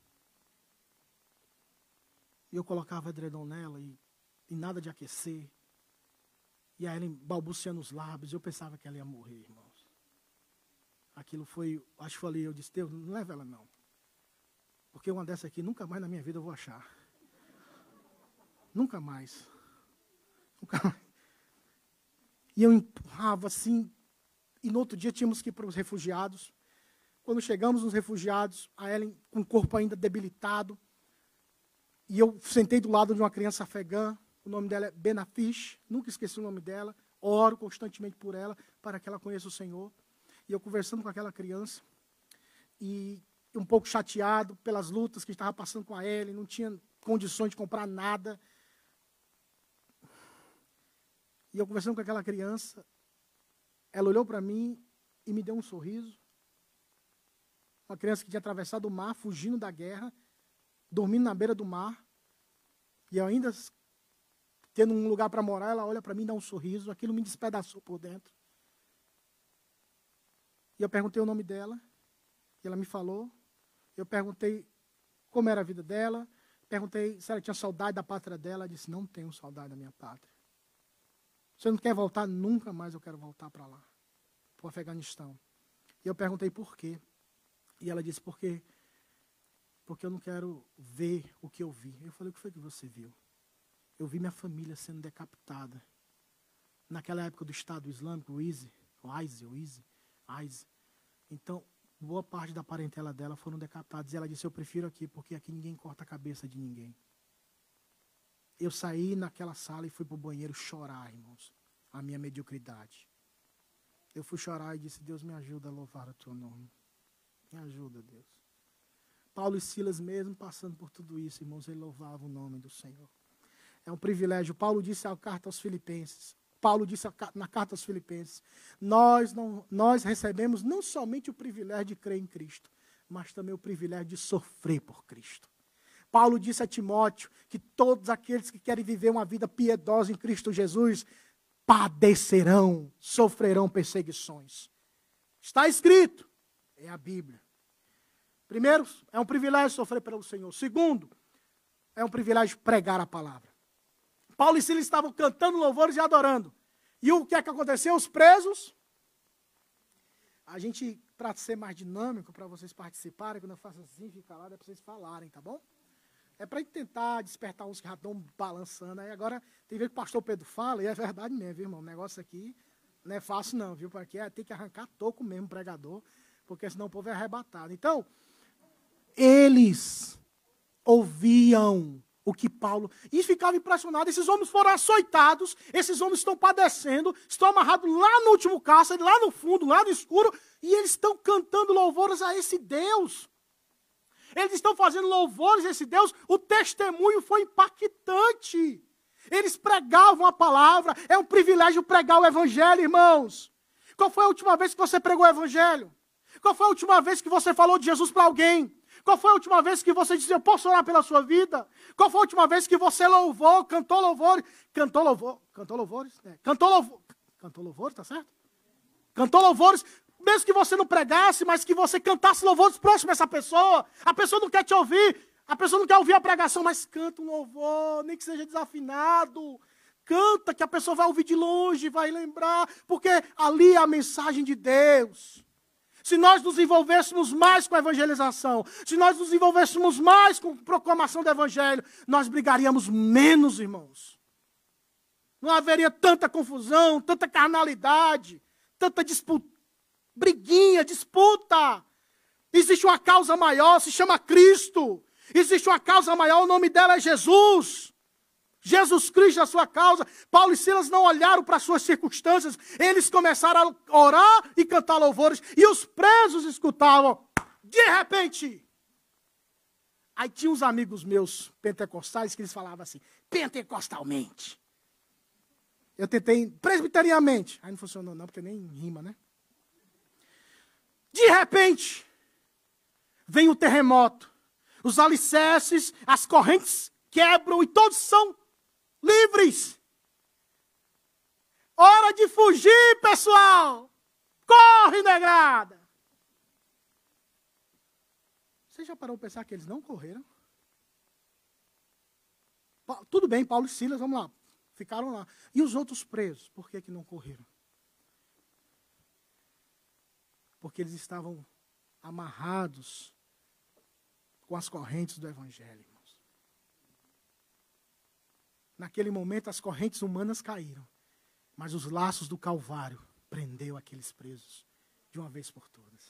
E eu colocava edredom nela, e nada de aquecer, e aí ela balbuciando os lábios, eu pensava que ela ia morrer, irmãos. Aquilo foi, acho que falei, eu disse, Deus, não leva ela não. Porque uma dessa aqui, nunca mais na minha vida eu vou achar. Nunca mais. Nunca mais. E eu empurrava assim, e no outro dia tínhamos que ir para os refugiados. Quando chegamos nos refugiados, a Ellen com o corpo ainda debilitado, e eu sentei do lado de uma criança afegã, o nome dela é Benafish, nunca esqueci o nome dela, oro constantemente por ela, para que ela conheça o Senhor. E eu conversando com aquela criança, e um pouco chateado pelas lutas que estava passando com a Ellen, não tinha condições de comprar nada. E eu conversando com aquela criança, ela olhou para mim e me deu um sorriso. Uma criança que tinha atravessado o mar, fugindo da guerra, dormindo na beira do mar, e eu ainda tendo um lugar para morar, ela olha para mim e dá um sorriso, aquilo me despedaçou por dentro. E eu perguntei o nome dela, e ela me falou. Eu perguntei como era a vida dela, perguntei se ela tinha saudade da pátria dela. Ela disse, não tenho saudade da minha pátria. Você não quer voltar? Nunca mais eu quero voltar para lá, para o Afeganistão. E eu perguntei por quê. E ela disse, porque eu não quero ver o que eu vi. Eu falei, o que foi que você viu? Eu vi minha família sendo decapitada. Naquela época do Estado Islâmico, o ISIS. Então, boa parte da parentela dela foram decapitados. E ela disse, eu prefiro aqui, porque aqui ninguém corta a cabeça de ninguém. Eu saí naquela sala e fui para o banheiro chorar, irmãos, a minha mediocridade. Eu fui chorar e disse, Deus me ajuda a louvar o teu nome. Me ajuda, Deus. Paulo e Silas, mesmo passando por tudo isso, irmãos, ele louvava o nome do Senhor. É um privilégio. Paulo disse na carta aos Filipenses, na carta aos Filipenses, nós recebemos não somente o privilégio de crer em Cristo, mas também o privilégio de sofrer por Cristo. Paulo disse a Timóteo que todos aqueles que querem viver uma vida piedosa em Cristo Jesus padecerão, sofrerão perseguições. Está escrito, é a Bíblia. Primeiro, é um privilégio sofrer pelo Senhor. Segundo, é um privilégio pregar a palavra. Paulo e Silas estavam cantando louvores e adorando. E o que é que aconteceu? Os presos, a gente, para ser mais dinâmico, para vocês participarem, quando eu faço assim, fica lá, é para vocês falarem, tá bom? É para tentar despertar uns que já estão balançando. Aí agora, tem vezes que o pastor Pedro fala, e é verdade mesmo, viu, irmão? O negócio aqui não é fácil não, viu? Porque tem que arrancar toco mesmo, pregador, porque senão o povo é arrebatado. Então, eles ouviam o que Paulo... E ficavam impressionados. Esses homens foram açoitados, esses homens estão padecendo, estão amarrados lá no último cárcere, lá no fundo, lá no escuro, e eles estão cantando louvores a esse Deus. Eles estão fazendo louvores a esse Deus. O testemunho foi impactante. Eles pregavam a palavra. É um privilégio pregar o evangelho, irmãos. Qual foi a última vez que você pregou o evangelho? Qual foi a última vez que você falou de Jesus para alguém? Qual foi a última vez que você disse, eu posso orar pela sua vida? Qual foi a última vez que você louvou, cantou louvores? Cantou louvores, tá certo? Cantou louvores, mesmo que você não pregasse, mas que você cantasse louvores próximo a essa pessoa. A pessoa não quer te ouvir, a pessoa não quer ouvir a pregação, mas canta um louvor, nem que seja desafinado. Canta, que a pessoa vai ouvir de longe, vai lembrar, porque ali é a mensagem de Deus. Se nós nos envolvêssemos mais com a evangelização, se nós nos envolvêssemos mais com a proclamação do evangelho, nós brigaríamos menos, irmãos. Não haveria tanta confusão, tanta carnalidade, tanta disputa, briguinha, disputa. Existe uma causa maior, se chama Cristo. Existe uma causa maior, o nome dela é Jesus. Jesus Cristo é a sua causa. Paulo e Silas não olharam para as suas circunstâncias. Eles começaram a orar e cantar louvores. E os presos escutavam. De repente. Aí tinha uns amigos meus pentecostais que eles falavam assim, pentecostalmente. Eu tentei presbiterianamente. Aí não funcionou não, porque nem rima, né? De repente. Vem o terremoto. Os alicerces, as correntes quebram e todos são livres. Hora de fugir, pessoal. Corre, negrada. Você já parou para pensar que eles não correram? Tudo bem, Paulo e Silas, vamos lá. Ficaram lá. E os outros presos, por que não correram? Porque eles estavam amarrados com as correntes do evangelho. Naquele momento, as correntes humanas caíram. Mas os laços do Calvário prendeu aqueles presos de uma vez por todas.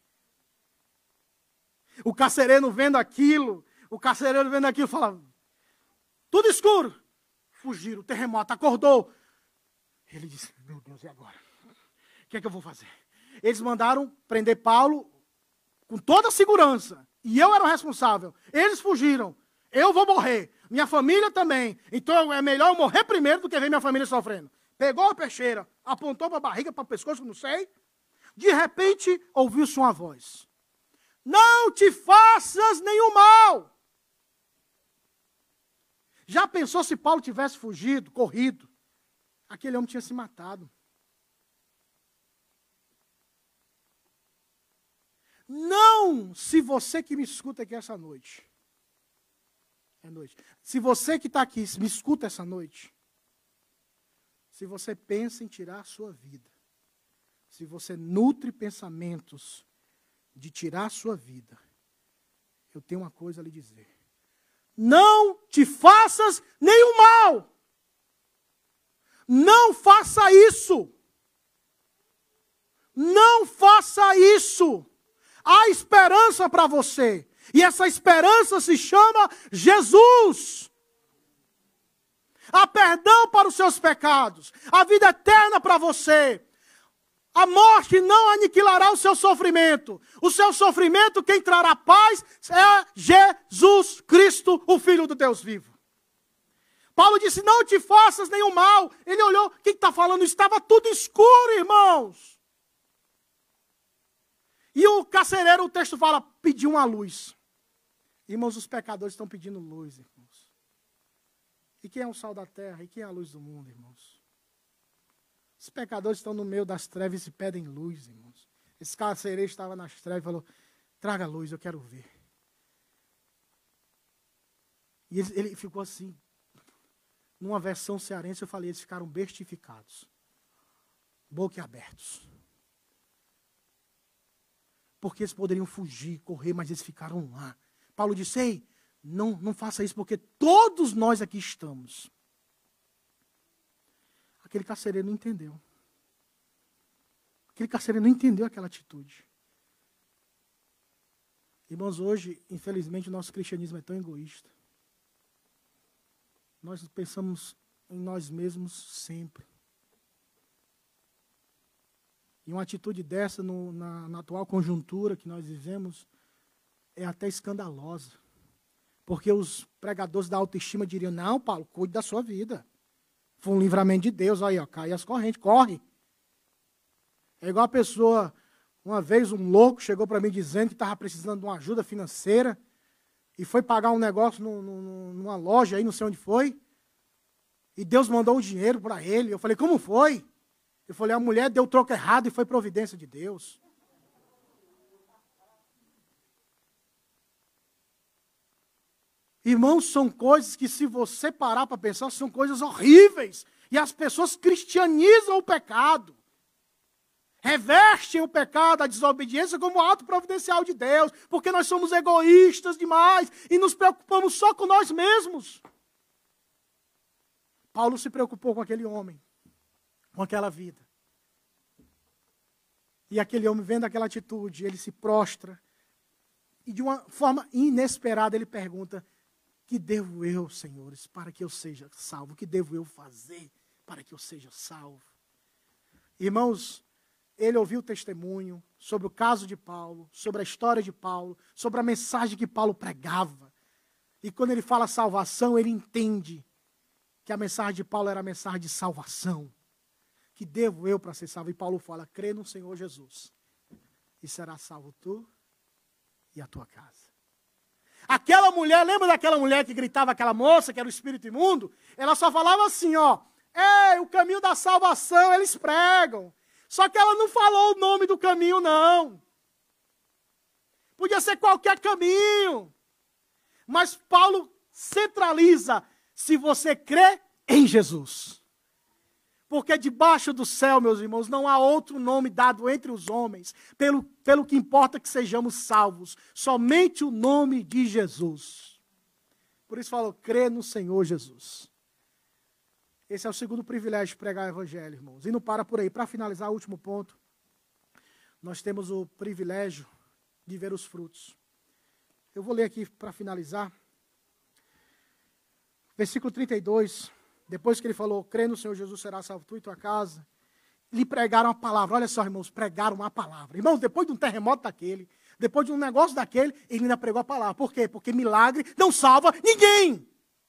O carcereiro vendo aquilo, fala, tudo escuro. Fugiram, o terremoto acordou. Ele disse, meu Deus, e agora? O que é que eu vou fazer? Eles mandaram prender Paulo com toda a segurança. E eu era o responsável. Eles fugiram. Eu vou morrer. Minha família também. Então é melhor eu morrer primeiro do que ver minha família sofrendo. Pegou a peixeira, apontou para a barriga, para o pescoço, não sei. De repente, ouviu-se uma voz. Não te faças nenhum mal. Já pensou se Paulo tivesse fugido, corrido? Aquele homem tinha se matado. Não, se você que me escuta aqui essa noite. É noite. Se você que está aqui me escuta essa noite. Se você pensa em tirar a sua vida. Se você nutre pensamentos de tirar a sua vida. Eu tenho uma coisa a lhe dizer. Não te faças nenhum mal. Não faça isso. Não faça isso. Há esperança para você. E essa esperança se chama Jesus. Há perdão para os seus pecados. A vida eterna para você. A morte não aniquilará o seu sofrimento. O seu sofrimento, quem trará paz, é Jesus Cristo, o Filho do Deus vivo. Paulo disse, não te faças nenhum mal. Ele olhou, quem está falando? Estava tudo escuro, irmãos. E o carcereiro, o texto fala, pediu uma luz. Irmãos, os pecadores estão pedindo luz, irmãos. E quem é o sal da terra? E quem é a luz do mundo, irmãos? Os pecadores estão no meio das trevas e pedem luz, irmãos. Esse carcereiro estava nas trevas e falou, traga luz, eu quero ver. E ele ficou assim. Numa versão cearense, eu falei, eles ficaram bestificados. Boquiabertos. Porque eles poderiam fugir, correr, mas eles ficaram lá. Paulo disse, ei, não faça isso, porque todos nós aqui estamos. Aquele carcereiro não entendeu. Aquele carcereiro não entendeu aquela atitude. Irmãos, hoje, infelizmente, o nosso cristianismo é tão egoísta. Nós pensamos em nós mesmos sempre. E uma atitude dessa, na atual conjuntura que nós vivemos, é até escandalosa. Porque os pregadores da autoestima diriam, não, Paulo, cuide da sua vida. Foi um livramento de Deus, aí, ó, cai as correntes, corre. É igual a pessoa, uma vez um louco chegou para mim dizendo que estava precisando de uma ajuda financeira e foi pagar um negócio numa loja aí, não sei onde foi, e Deus mandou o dinheiro para ele. Eu falei, como foi? Eu falei, a mulher deu o troco errado e foi providência de Deus. Irmãos, são coisas que, se você parar para pensar, são coisas horríveis. E as pessoas cristianizam o pecado. Revestem o pecado, a desobediência, como ato providencial de Deus. Porque nós somos egoístas demais e nos preocupamos só com nós mesmos. Paulo se preocupou com aquele homem, com aquela vida. E aquele homem, vendo aquela atitude, ele se prostra. E de uma forma inesperada ele pergunta, que devo eu, senhores, para que eu seja salvo? O que devo eu fazer para que eu seja salvo? Irmãos, ele ouviu o testemunho sobre o caso de Paulo, sobre a história de Paulo, sobre a mensagem que Paulo pregava. E quando ele fala salvação, ele entende que a mensagem de Paulo era a mensagem de salvação. Que devo eu para ser salvo? E Paulo fala, crê no Senhor Jesus e será salvo tu e a tua casa. Aquela mulher, lembra daquela mulher que gritava, aquela moça, que era o espírito imundo? Ela só falava assim, ó, o caminho da salvação, eles pregam. Só que ela não falou o nome do caminho, não. Podia ser qualquer caminho. Mas Paulo centraliza, se você crê em Jesus. Porque debaixo do céu, meus irmãos, não há outro nome dado entre os homens, pelo que importa que sejamos salvos, somente o nome de Jesus. Por isso falou, crê no Senhor Jesus. Esse é o segundo privilégio de pregar o evangelho, irmãos. E não para por aí. Para finalizar, o último ponto, nós temos o privilégio de ver os frutos. Eu vou ler aqui para finalizar. Versículo 32, depois que ele falou, crê no Senhor Jesus, será salvo tu e tua casa, lhe pregaram a palavra. Olha só, irmãos, pregaram a palavra. Irmãos, depois de um terremoto daquele, depois de um negócio daquele, ele ainda pregou a palavra. Por quê? Porque milagre não salva ninguém.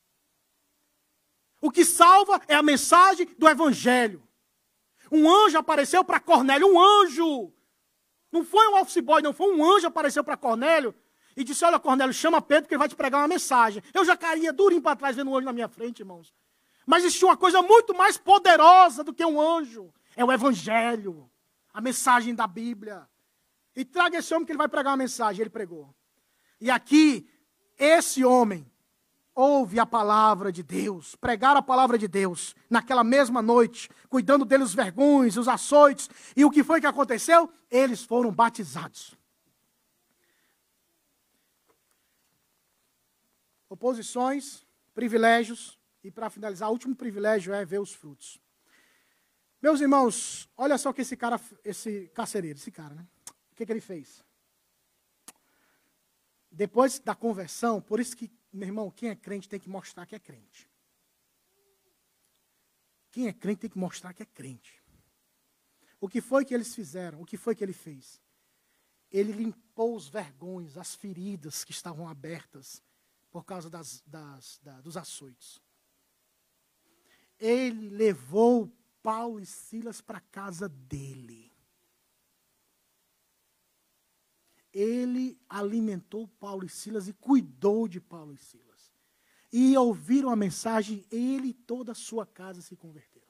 O que salva é a mensagem do evangelho. Um anjo apareceu para Cornélio, um anjo. Não foi um office boy, não, foi um anjo que apareceu para Cornélio e disse, olha, Cornélio, chama Pedro que ele vai te pregar uma mensagem. Eu já caía durinho para trás vendo um anjo na minha frente, irmãos. Mas existe uma coisa muito mais poderosa do que um anjo. É o evangelho, a mensagem da Bíblia. E traga esse homem que ele vai pregar uma mensagem. Ele pregou. E aqui, esse homem ouve a palavra de Deus, pregar a palavra de Deus, naquela mesma noite, cuidando dele os vergões, os açoites. E o que foi que aconteceu? Eles foram batizados. Oposições, privilégios, e para finalizar, o último privilégio é ver os frutos. Meus irmãos, olha só que esse carcereiro, esse cara, né? O que ele fez? Depois da conversão, por isso que, meu irmão, quem é crente tem que mostrar que é crente. Quem é crente tem que mostrar que é crente. O que foi que eles fizeram? O que foi que ele fez? Ele limpou os vergões, as feridas que estavam abertas por causa dos açoites. Ele levou Paulo e Silas para a casa dele. Ele alimentou Paulo e Silas e cuidou de Paulo e Silas. E ouviram a mensagem, ele e toda a sua casa se converteram.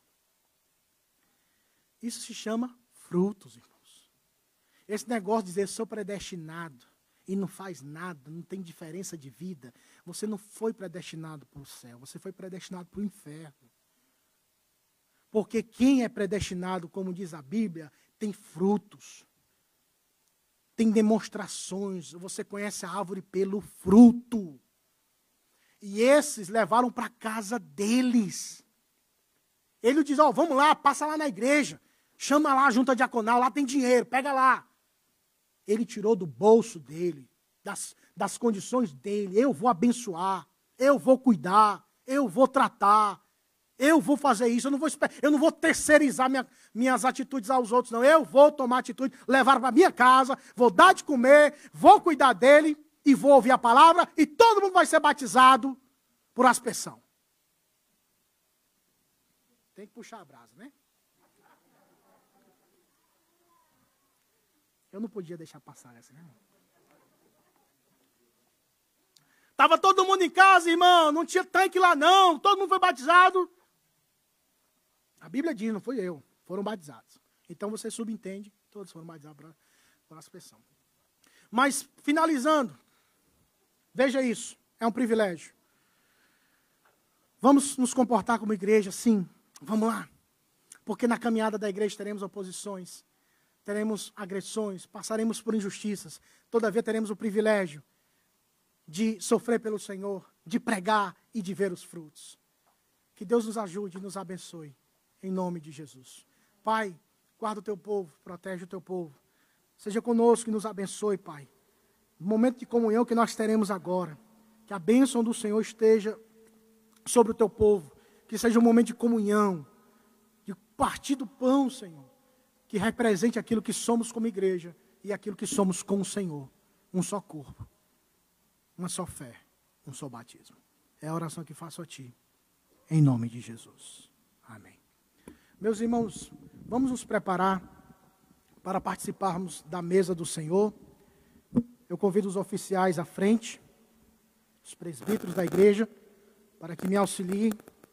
Isso se chama frutos, irmãos. Esse negócio de dizer, sou predestinado e não faz nada, não tem diferença de vida. Você não foi predestinado para o céu, você foi predestinado para o inferno. Porque quem é predestinado, como diz a Bíblia, tem frutos. Tem demonstrações, você conhece a árvore pelo fruto. E esses levaram para a casa deles. Ele diz, vamos lá, passa lá na igreja, chama lá a junta diaconal, lá tem dinheiro, pega lá. Ele tirou do bolso dele, das condições dele, eu vou abençoar, eu vou cuidar, eu vou tratar, eu vou fazer isso, eu não vou terceirizar minhas atitudes aos outros, não. Eu vou tomar atitude, levar para minha casa, vou dar de comer, vou cuidar dele. e vou ouvir a palavra e todo mundo vai ser batizado por aspersão. Tem que puxar a brasa, né? Eu não podia deixar passar essa, né? Estava todo mundo em casa, irmão, não tinha tanque lá não, todo mundo foi batizado. A Bíblia diz, não fui eu, foram batizados. Então você subentende, todos foram batizados por aspersão. Mas, finalizando, veja isso, é um privilégio. Vamos nos comportar como igreja, sim, vamos lá. Porque na caminhada da igreja teremos oposições, teremos agressões, passaremos por injustiças. Todavia teremos o privilégio de sofrer pelo Senhor, de pregar e de ver os frutos. Que Deus nos ajude e nos abençoe, em nome de Jesus. Pai, guarda o teu povo, protege o teu povo. Seja conosco e nos abençoe, Pai. No momento de comunhão que nós teremos agora, que a bênção do Senhor esteja sobre o teu povo, que seja um momento de comunhão, de partir do pão, Senhor, que represente aquilo que somos como igreja e aquilo que somos com o Senhor. Um só corpo, uma só fé, um só batismo. É a oração que faço a Ti, em nome de Jesus. Amém. Meus irmãos, vamos nos preparar para participarmos da mesa do Senhor. Eu convido os oficiais à frente, os presbíteros da igreja, para que me auxiliem.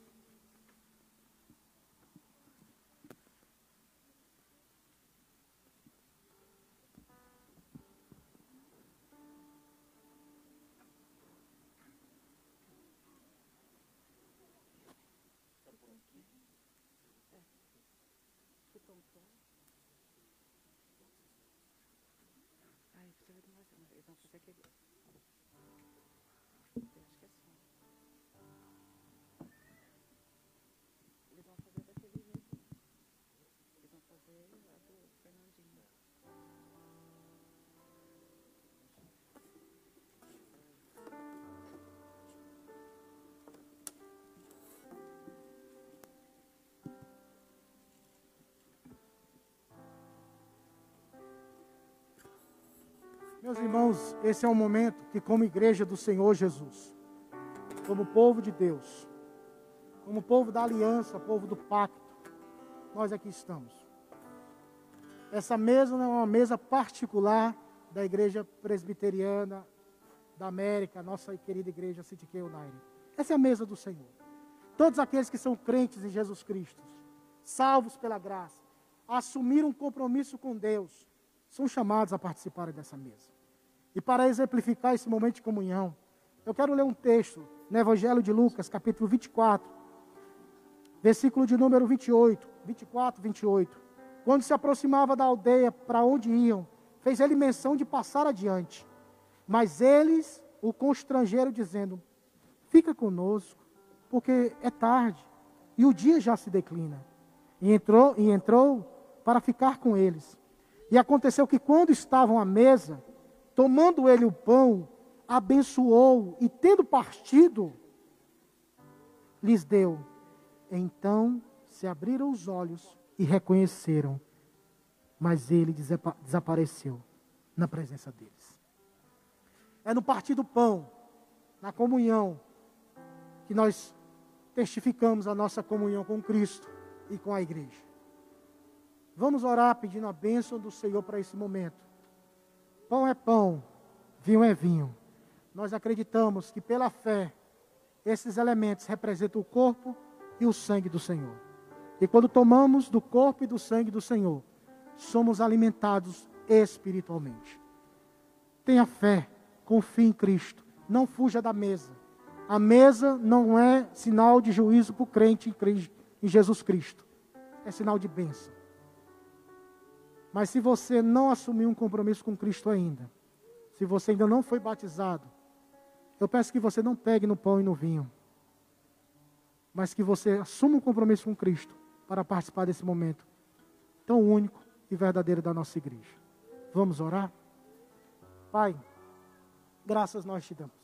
Meus irmãos, esse é um momento que, como igreja do Senhor Jesus, como povo de Deus, como povo da aliança, povo do pacto, nós aqui estamos. Essa mesa não é uma mesa particular da igreja presbiteriana da América, nossa querida igreja City K United. Essa é a mesa do Senhor. Todos aqueles que são crentes em Jesus Cristo, salvos pela graça, assumiram um compromisso com Deus, são chamados a participarem dessa mesa. E para exemplificar esse momento de comunhão, eu quero ler um texto no Evangelho de Lucas, capítulo 24, versículo de número 28, 24, 28. Quando se aproximava da aldeia para onde iam, fez ele menção de passar adiante. Mas eles o constrangeram, dizendo: fica conosco, porque é tarde, e o dia já se declina. E entrou para ficar com eles. E aconteceu que quando estavam à mesa, tomando ele o pão, abençoou, e tendo partido, lhes deu. Então se abriram os olhos e reconheceram, mas ele desapareceu na presença deles. É no partir do pão, na comunhão, que nós testificamos a nossa comunhão com Cristo e com a igreja. Vamos orar pedindo a bênção do Senhor para esse momento. Pão é pão, vinho é vinho. Nós acreditamos que pela fé, esses elementos representam o corpo e o sangue do Senhor. E quando tomamos do corpo e do sangue do Senhor, somos alimentados espiritualmente. Tenha fé, confie em Cristo, não fuja da mesa. A mesa não é sinal de juízo para o crente em Jesus Cristo. É sinal de bênção. Mas se você não assumiu um compromisso com Cristo ainda, se você ainda não foi batizado, eu peço que você não pegue no pão e no vinho, mas que você assuma um compromisso com Cristo para participar desse momento tão único e verdadeiro da nossa igreja. Vamos orar? Pai, graças nós te damos.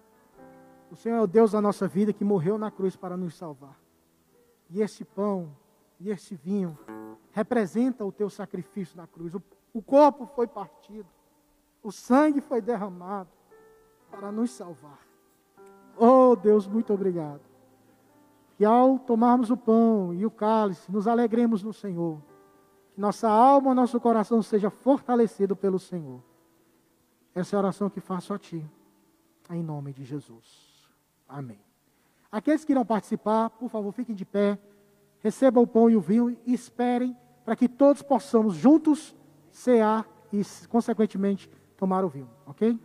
O Senhor é o Deus da nossa vida que morreu na cruz para nos salvar. E esse pão e esse vinho representa o teu sacrifício na cruz. O corpo foi partido, o sangue foi derramado, para nos salvar. Oh Deus, muito obrigado. Que ao tomarmos o pão e o cálice, nos alegremos no Senhor. Que nossa alma, nosso coração seja fortalecido pelo Senhor. Essa é a oração que faço a Ti, em nome de Jesus. Amém. Aqueles que irão participar, por favor, fiquem de pé, recebam o pão e o vinho e esperem para que todos possamos juntos cear e, consequentemente, tomar o vinho, ok?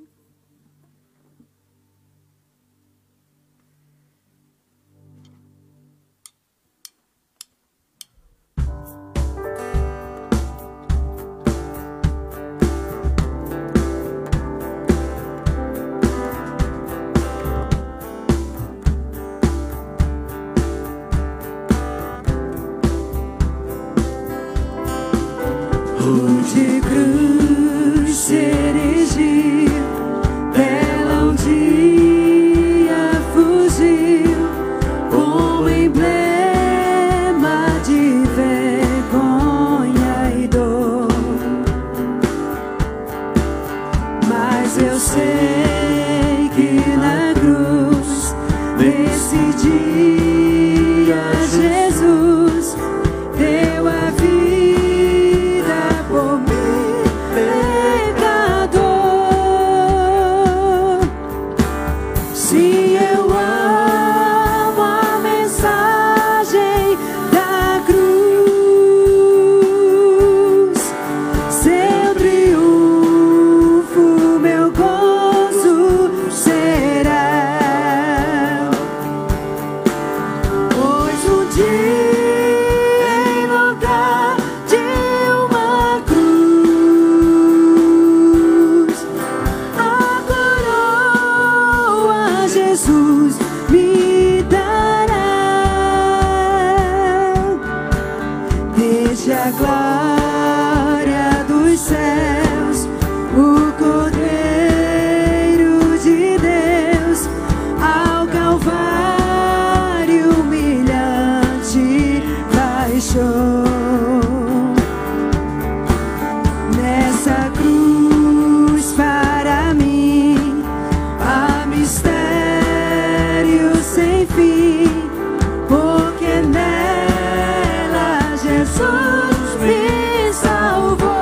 De cruz se erigiu, dela um dia fugiu, como emblema de vergonha e dor. Mas eu sei que na cruz, nesse dia, Jesus deu a vida por mim, pecador. Se eu amo a mensagem da cruz, seu triunfo, meu gozo será. Pois um dia em lugar de uma cruz, a coroa Jesus me dará. Desde a glória dos céus, o Cordeiro de Deus, ao Calvário humilhante baixou. Nessa cruz para mim há mistério sem fim, porque nela Jesus me salvou.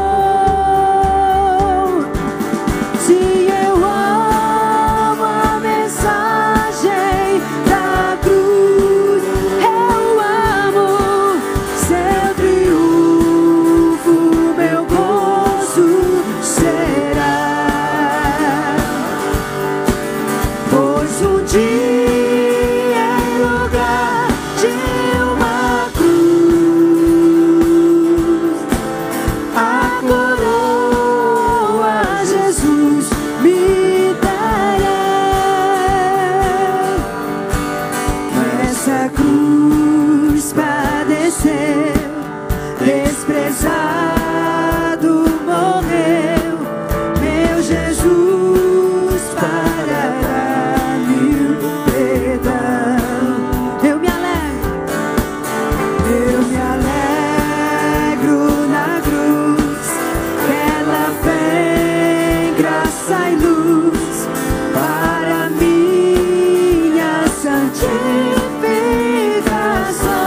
Se eu amo a mensagem da cruz, eu amo seu triunfo, meu gozo será. Pois um dia em lugar de uma cruz, a coroa Jesus me dará. Essa cruz padeceu, desprezado morreu, meu Jesus para dar-me o perdão. Eu me alegro na cruz, ela vem graça e luz para minha santificação.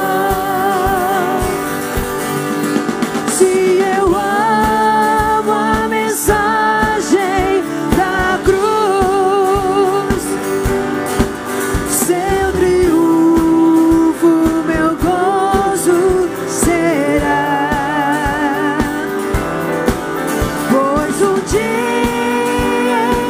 Se eu amo a mensagem da cruz, seu triunfo, meu gozo será. Pois um dia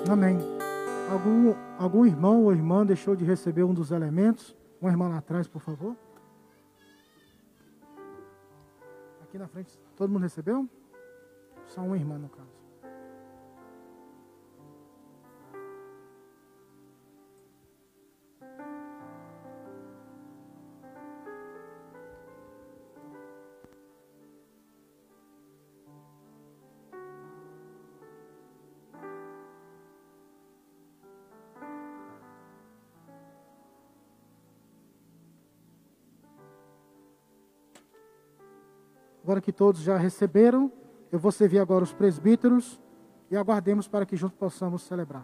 Amém. Algum irmão ou irmã deixou de receber um dos elementos? Uma irmã lá atrás, por favor. Aqui na frente, todo mundo recebeu? Só uma irmã, no caso. Agora que todos já receberam, eu vou servir agora os presbíteros e aguardemos para que juntos possamos celebrar.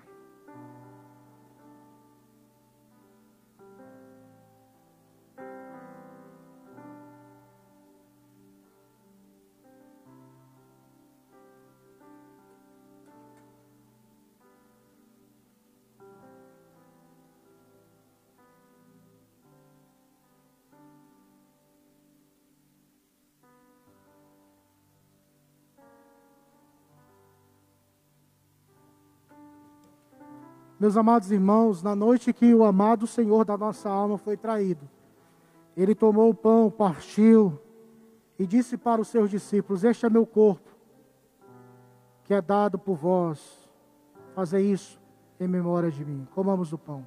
Meus amados irmãos, na noite que o amado Senhor da nossa alma foi traído, Ele tomou o pão, partiu e disse para os seus discípulos: este é meu corpo, que é dado por vós. Fazei isso em memória de mim. Comamos o pão.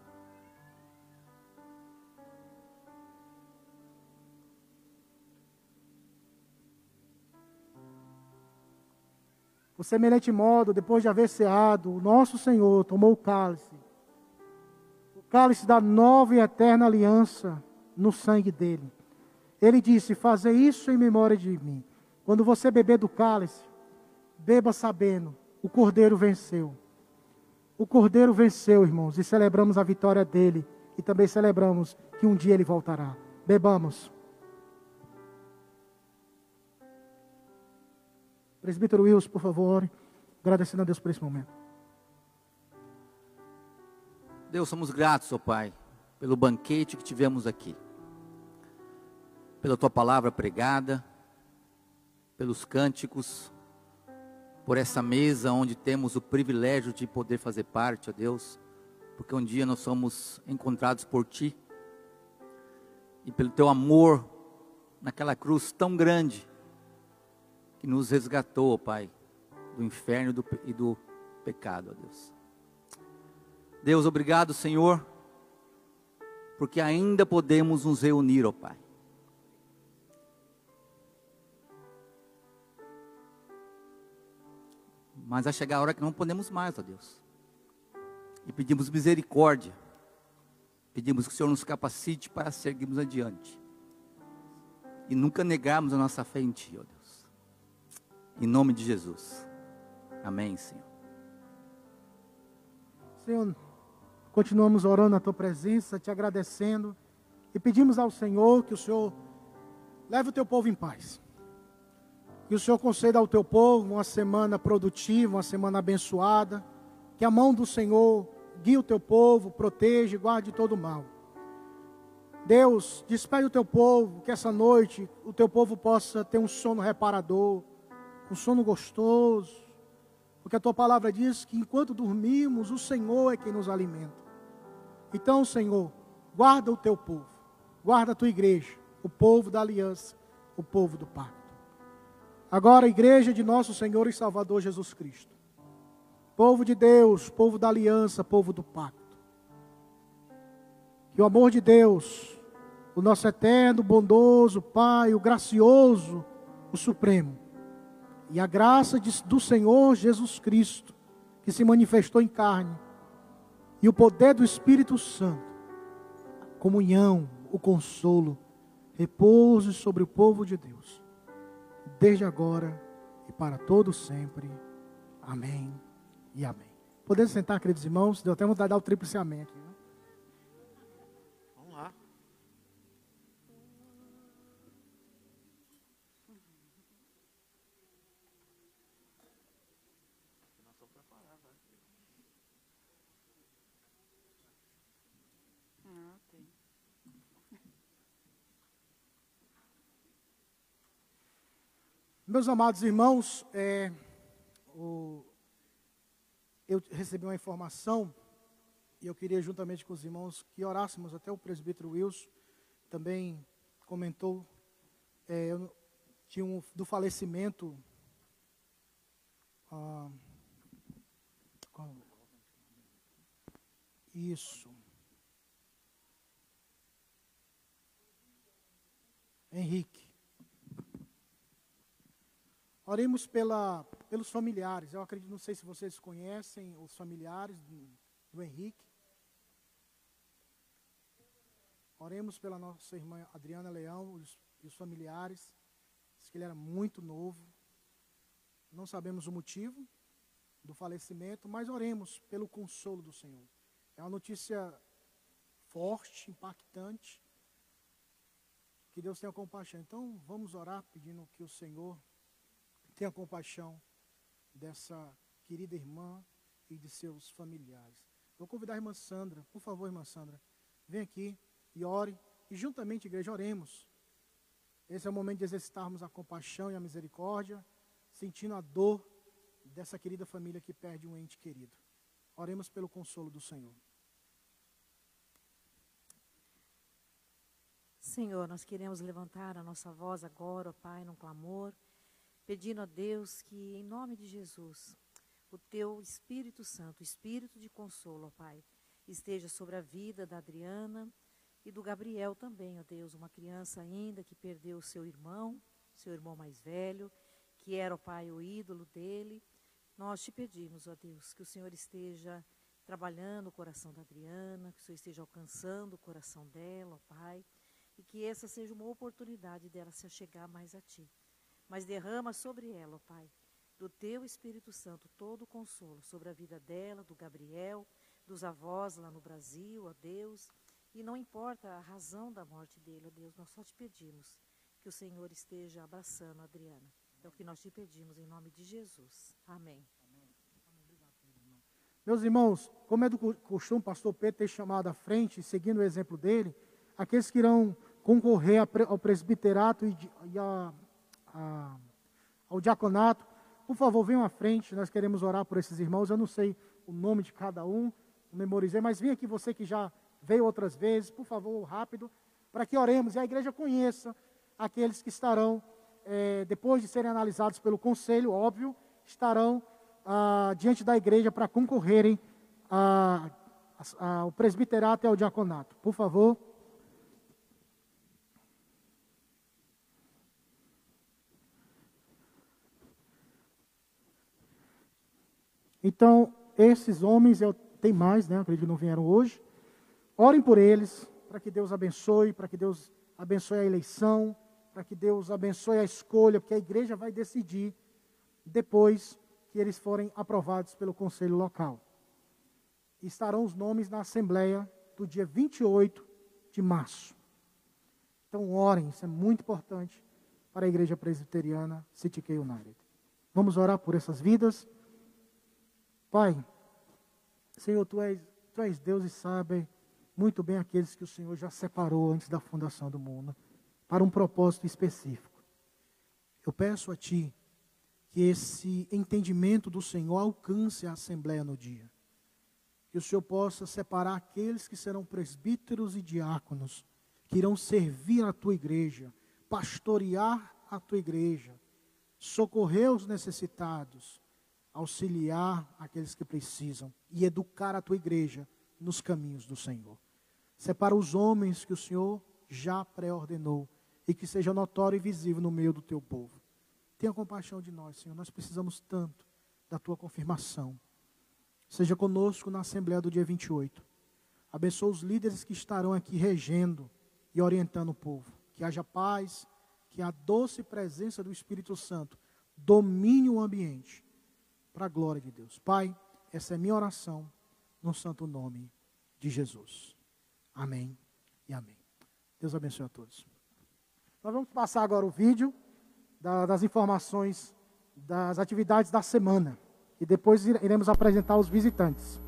Por semelhante modo, depois de haver ceado, o nosso Senhor tomou o cálice da nova e eterna aliança no sangue dele. Ele disse: fazei isso em memória de mim. Quando você beber do cálice, beba sabendo, o Cordeiro venceu. O Cordeiro venceu, irmãos, e celebramos a vitória dele. E também celebramos que um dia ele voltará. Bebamos. Presbítero Wilson, por favor, ore, agradecendo a Deus por esse momento. Deus, somos gratos, ó Pai, pelo banquete que tivemos aqui, pela Tua palavra pregada, pelos cânticos, por essa mesa onde temos o privilégio de poder fazer parte, ó Deus, porque um dia nós somos encontrados por Ti, e pelo Teu amor naquela cruz tão grande, que nos resgatou, ó Pai, do inferno e do pecado, ó Deus. Deus, obrigado, Senhor, porque ainda podemos nos reunir, ó Pai. Mas vai chegar a hora que não podemos mais, ó Deus. E pedimos misericórdia. Pedimos que o Senhor nos capacite para seguirmos adiante. E nunca negarmos a nossa fé em Ti, ó Deus. Em nome de Jesus. Amém, Senhor. Senhor, continuamos orando na Tua presença, te agradecendo. E pedimos ao Senhor que o Senhor leve o Teu povo em paz. Que o Senhor conceda ao Teu povo uma semana produtiva, uma semana abençoada. Que a mão do Senhor guie o Teu povo, proteja e guarde todo o mal. Deus, despede o Teu povo, que essa noite o Teu povo possa ter um sono reparador, um sono gostoso, porque a Tua palavra diz que enquanto dormimos, o Senhor é quem nos alimenta. Então, Senhor, guarda o Teu povo, guarda a Tua igreja, o povo da aliança, o povo do pacto. Agora a igreja de nosso Senhor e Salvador Jesus Cristo, povo de Deus, povo da aliança, povo do pacto. Que o amor de Deus, o nosso eterno, bondoso Pai, o gracioso, o supremo, e a graça do Senhor Jesus Cristo, que se manifestou em carne, e o poder do Espírito Santo, a comunhão, o consolo, repouse sobre o povo de Deus, desde agora e para todo sempre. Amém e amém. Podemos sentar, queridos irmãos? Deu até vontade de dar o tríplice amém aqui. Vamos lá. Meus amados irmãos, eu recebi uma informação e eu queria, juntamente com os irmãos, que orássemos. Até o presbítero Wilson também comentou do falecimento. Isso. Henrique. Oremos pelos familiares. Eu acredito, não sei se vocês conhecem os familiares do Henrique. Oremos pela nossa irmã Adriana Leão e os familiares. Diz que ele era muito novo. Não sabemos o motivo do falecimento, mas oremos pelo consolo do Senhor. É uma notícia forte, impactante. Que Deus tenha compaixão. Então, vamos orar pedindo que o Senhor tenha compaixão dessa querida irmã e de seus familiares. Vou convidar a irmã Sandra. Por favor, irmã Sandra, vem aqui e ore. E juntamente, igreja, oremos. Esse é o momento de exercitarmos a compaixão e a misericórdia, sentindo a dor dessa querida família que perde um ente querido. Oremos pelo consolo do Senhor. Senhor, nós queremos levantar a nossa voz agora, ó Pai, num clamor, pedindo a Deus que, em nome de Jesus, o Teu Espírito Santo, o Espírito de consolo, ó Pai, esteja sobre a vida da Adriana e do Gabriel também, ó Deus, uma criança ainda que perdeu o seu irmão mais velho, que era, ó Pai, o ídolo dele. Nós te pedimos, ó Deus, que o Senhor esteja trabalhando o coração da Adriana, que o Senhor esteja alcançando o coração dela, ó Pai, e que essa seja uma oportunidade dela se achegar mais a Ti. Mas derrama sobre ela, ó Pai, do Teu Espírito Santo todo o consolo sobre a vida dela, do Gabriel, dos avós lá no Brasil, ó Deus. E não importa a razão da morte dele, ó Deus, nós só te pedimos que o Senhor esteja abraçando a Adriana. É o que nós te pedimos em nome de Jesus. Amém. Meus irmãos, como é do costume, o pastor Pedro ter chamado à frente, seguindo o exemplo dele, aqueles que irão concorrer ao presbiterato e ao diaconato, por favor, venham à frente, nós queremos orar por esses irmãos. Eu não sei o nome de cada um, não memorizei, mas vem aqui você que já veio outras vezes, por favor, rápido, para que oremos e a igreja conheça aqueles que estarão, depois de serem analisados pelo conselho, óbvio, estarão diante da igreja para concorrerem ao presbiterato e ao diaconato. Por favor. Então, esses homens, tem mais, né? Acredito que não vieram hoje. Orem por eles, para que Deus abençoe, para que Deus abençoe a eleição, para que Deus abençoe a escolha, porque a igreja vai decidir depois que eles forem aprovados pelo conselho local. E estarão os nomes na assembleia do dia 28 de março. Então orem, isso é muito importante para a igreja presbiteriana City K United. Vamos orar por essas vidas. Pai, Senhor, Tu és Deus e sabe muito bem aqueles que o Senhor já separou antes da fundação do mundo, para um propósito específico. Eu peço a Ti que esse entendimento do Senhor alcance a Assembleia no dia. Que o Senhor possa separar aqueles que serão presbíteros e diáconos, que irão servir a Tua igreja, pastorear a Tua igreja, socorrer os necessitados, auxiliar aqueles que precisam e educar a Tua igreja nos caminhos do Senhor. Separa os homens que o Senhor já pré-ordenou e que seja notório e visível no meio do Teu povo. Tenha compaixão de nós, Senhor, nós precisamos tanto da Tua confirmação. Seja conosco na Assembleia do dia 28. Abençoa os líderes que estarão aqui regendo e orientando o povo. Que haja paz, que a doce presença do Espírito Santo domine o ambiente, para a glória de Deus. Pai, essa é minha oração, no santo nome de Jesus. Amém e amém. Deus abençoe a todos. Nós vamos passar agora o vídeo das informações das atividades da semana. E depois iremos apresentar os visitantes.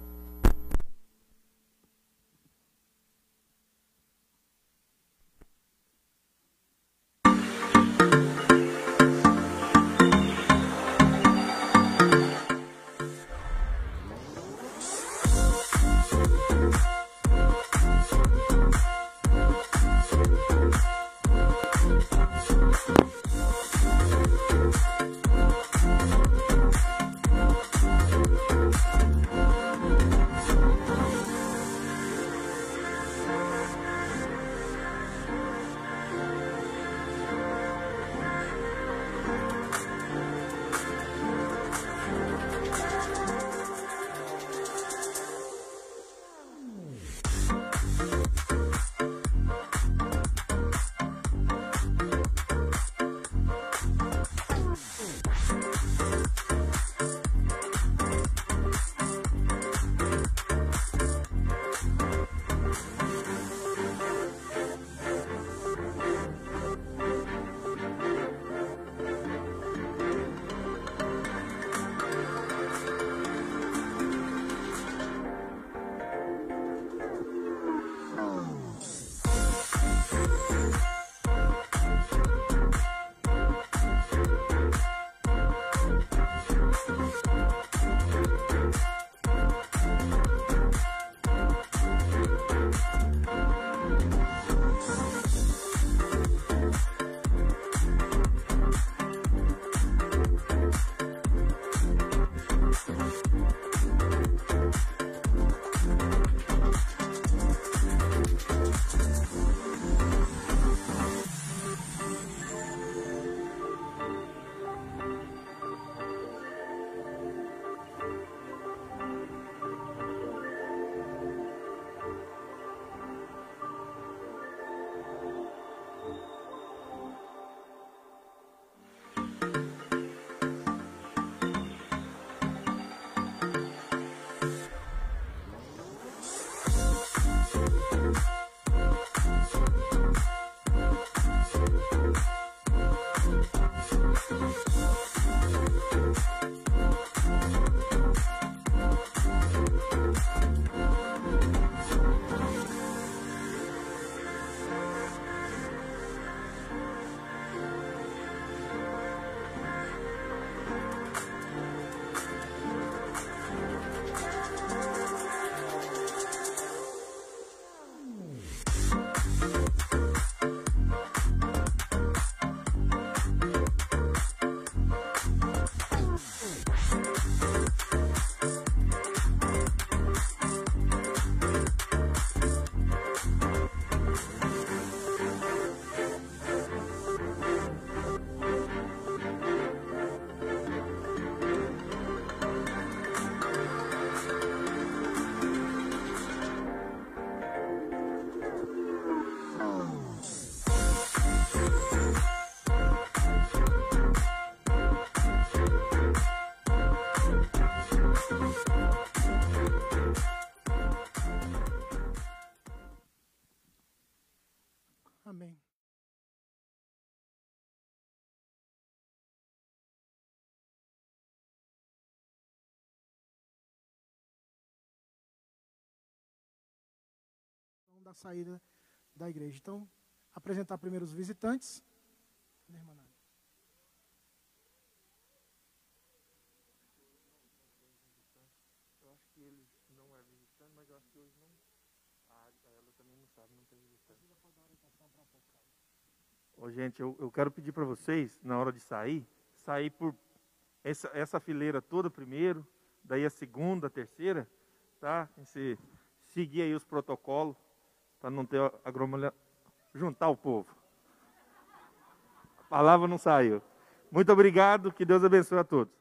Amém. Da saída da igreja. Então, apresentar primeiro os visitantes. Irmã Nádia. Eu acho que ele não é visitante, mas eu acho que hoje não. Ela também não sabe, não tem visitante. Ô, gente, eu quero pedir para vocês, na hora de sair por essa fileira toda primeiro, daí a segunda, a terceira, tá? Você seguir aí os protocolos, para não ter juntar o povo. A palavra não saiu. Muito obrigado, que Deus abençoe a todos.